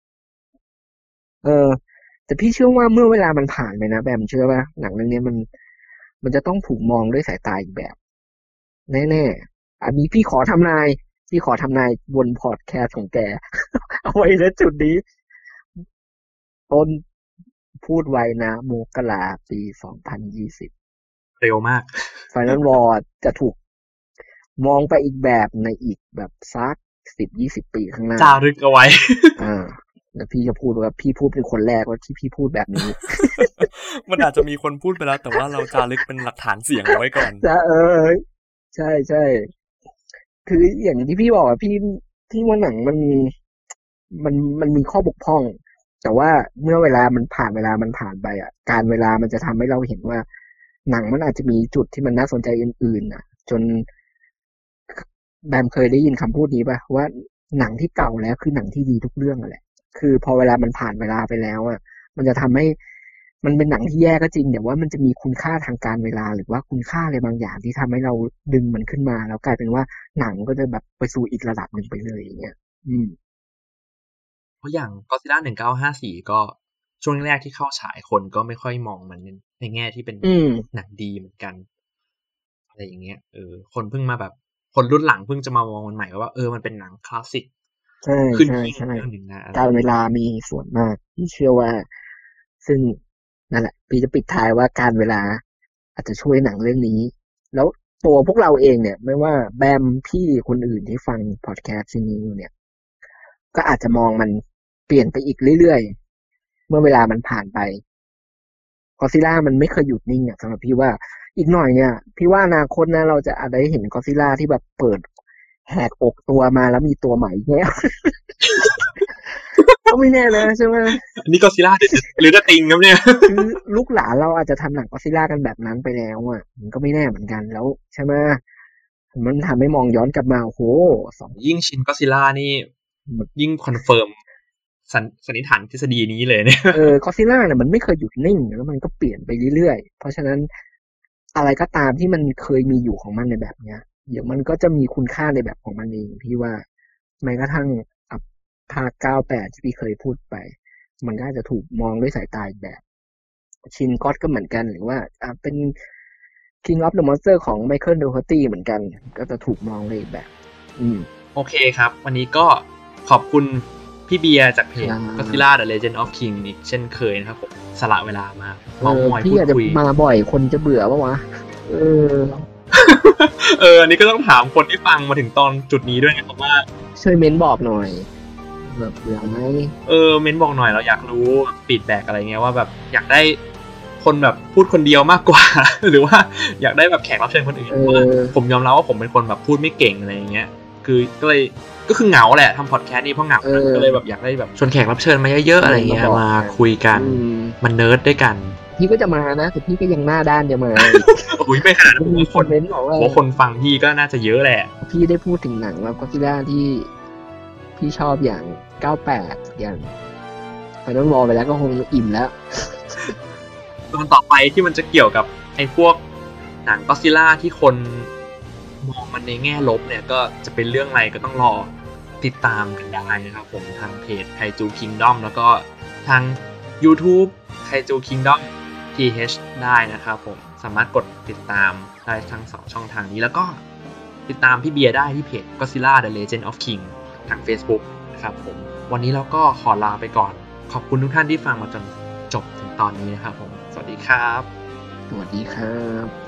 แต่พี่เชื่อว่าเมื่อเวลามันผ่านไปนะแบมเชื่อป่ะหนังเรื่องนี้มันจะต้องถูกมองด้วยสายตาอีกแบบแน่ๆอันนี้พี่ขอทำนายบนพอดแคสต์ของแก เอาไว้ณจุดนี้ต้นพูดไว้นะมกราปี2020
เร็วมาก
Final War จะถูกมองไปอีกแบบในอีกแบบสัก10-20 ปีข้างหน้า
จารึกเอาไว้
แล้วพี่จะพูดว่าพี่พูดเป็นคนแรกว่าที่พี่พูดแบบนี้
มันอาจจะมีคนพูดไปแล้วแต่ว่าเราจารึกเป็นหลักฐานเสียงเอาไว้ก่อน
ใช่คืออย่างที่พี่บอกพี่ว่าหนังมันมีข้อบกพร่องแต่ว่าเมื่อเวลามันผ่านไปการเวลามันจะทำให้เราเห็นว่าหนังมันอาจจะมีจุดที่มันน่าสนใจอื่นๆจนแบมเคยได้ยินคำพูดนี้ป่ะว่าหนังที่เก่าแล้วคือหนังที่ดีทุกเรื่องแหละคือพอเวลามันผ่านเวลาไปแล้วมันจะทำให้มันเป็นหนังที่แย่ก็จริงแต่ว่ามันจะมีคุณค่าทางการเวลาหรือว่าคุณค่าอะไรบางอย่างที่ทำให้เราดึงมันขึ้นมาแล้วกลายเป็นว่าหนังก็จะแบบไปสู่อีกระดับหนึ่งไปเลยอย่างเงี้ย
เพราะอย่าง Godzilla 1954ก็ช่วงแรกที่เข้าฉายคนก็ไม่ค่อยมองมันในแง่ที่เป็นหนังดีเหมือนกันอะไรอย่างเงี้ยคนเพิ่งมาแบบคนรุ่นหลังเพิ่งจะมามองมันใหม่ว่ามันเป็นหนังคลาสสิก
ใช่
ขึ้น
ใช่
หิ้ง
ใช่
เรื่องหนึ่งนะอะไร
การเวลามีส่วนมากที่เชื่อว่าซึ่งนั่นแหละพี่จะปิดท้ายว่าการเวลาอาจจะช่วยหนังเรื่องนี้แล้วตัวพวกเราเองเนี่ยไม่ว่าแบมพี่คนอื่นที่ฟังพอดแคสต์ที่นี้อยู่เนี่ยก็อาจจะมองมันเปลี่ยนไปอีกเรื่อยๆเมื่อเวลามันผ่านไปก็อดซิลล่ามันไม่เคยหยุดนิ่งอ่ะสำหรับพี่ว่าอีกหน่อยเนี่ยพี่ว่าอนาคตนะเราจะอาจจะได้เห็นก็อดซิลล่าที่แบบเปิดแหกอกตัวมาแล้วมีตัวใหม่แล้วก็ไม่แน่นะใช่ไหม
นี่ก็ซิล่าหรือจะติงครับเนี่ย
คือลูกหลานเราอาจจะทำหนังก็อดซิลล่ากันแบบนั้นไปแล้วอ่ะมันก็ไม่แน่เหมือนกันแล้วใช่ไหมมันทำให้มองย้อนกลับมาโอ้โห
ยิ่งชินก็ซิล่านี่ยิ่งคอนเฟิร์มสันนิษฐานทฤษฎีนี้เลยเนี่ย
ก็อดซิลล่าเนี่ยมันไม่เคยหยุดนิ่งแล้วมันก็เปลี่ยนไปเรื่อยๆเพราะฉะนั้นอะไรก็ตามที่มันเคยมีอยู่ของมันในแบบเนี้ยเดี๋ยวมันก็จะมีคุณค่าในแบบของมันเองพี่ว่าแม้กระทั่งภาค98ที่พี่เคยพูดไปมันก็จะถูกมองด้วยสายตาอีกแบบชินก็อดก็เหมือนกันหรือว่าเป็น King of the Monster ของ Michael Dougherty เหมือนกันก็จะถูกมองเลยอีกแบบ
โอเคครับวันนี้ก็ขอบคุณพี่เบียร์จากเพจ Godzilla The Legend of King อีกเช่นเคยนะครับผมสละเวลามาเมาท์มอยพูดคุย
มาบ่อยคนจะเบื่อปะวะ
อันนี้ก็ต้องถามคนที่ฟังมาถึงตอนจุดนี้ด้วยนะครับว่า
ช่วยเม้นบอกหน่อยแบบเบื่อไหม
เม้นบอกหน่อยเราอยากรู้ฟีดแบ็กอะไรเงี้ยว่าแบบอยากได้คนแบบพูดคนเดียวมากกว่า หรือว่าอยากได้แบบแขกรับเชิญคนอื่นเพราะว่าผมยอมรับว่าผมเป็นคนแบบพูดไม่เก่งอะไรอย่างเงี้ยคือก็คือเหงาแหละทำพอดแคสต์นี้เพราะเหงาก็เลยแบบอยากได้แบบชวนแขกรับเชิญมาเยอะๆอะไรเงี้ยมาคุยกันมันเนิร์ดด้วยกัน
พี่ก็จะมานะแต่พี่ก็ยังหน้าด้านจะมา
โอ้ยไม่ขนาดนั้นมีคนเม้นบอกว่าคนฟังพี่ก็น่าจะเยอะแหละ
พี่ได้พูดถึงหนังแล้วก็ซิล่าที่พี่ชอบอย่าง98อย่างไฟนอลวอลไปแล้วก็คงอิ่มแล้ว
ตอนต่อไปที่มันจะเกี่ยวกับไอ้พวกหนังก็ซิล่าที่คนมองมันในแง่ลบเนี่ยก็จะเป็นเรื่องอะไรก็ต้องรอติดตามกันได้นะครับผมทางเพจไคจูคิงดอมแล้วก็ทาง YouTube ไคจูคิงดอม TH ได้นะครับผมสามารถกดติดตามได้ทั้ง2ช่องทางนี้แล้วก็ติดตามพี่เบียร์ได้ที่เพจ Godzilla The Legend of King ทาง Facebook นะครับผมวันนี้เราก็ขอลาไปก่อนขอบคุณทุกท่านที่ฟังมาจนจบถึงตอนนี้นะครับผมสวัสดีครับ
สวัสดีครับ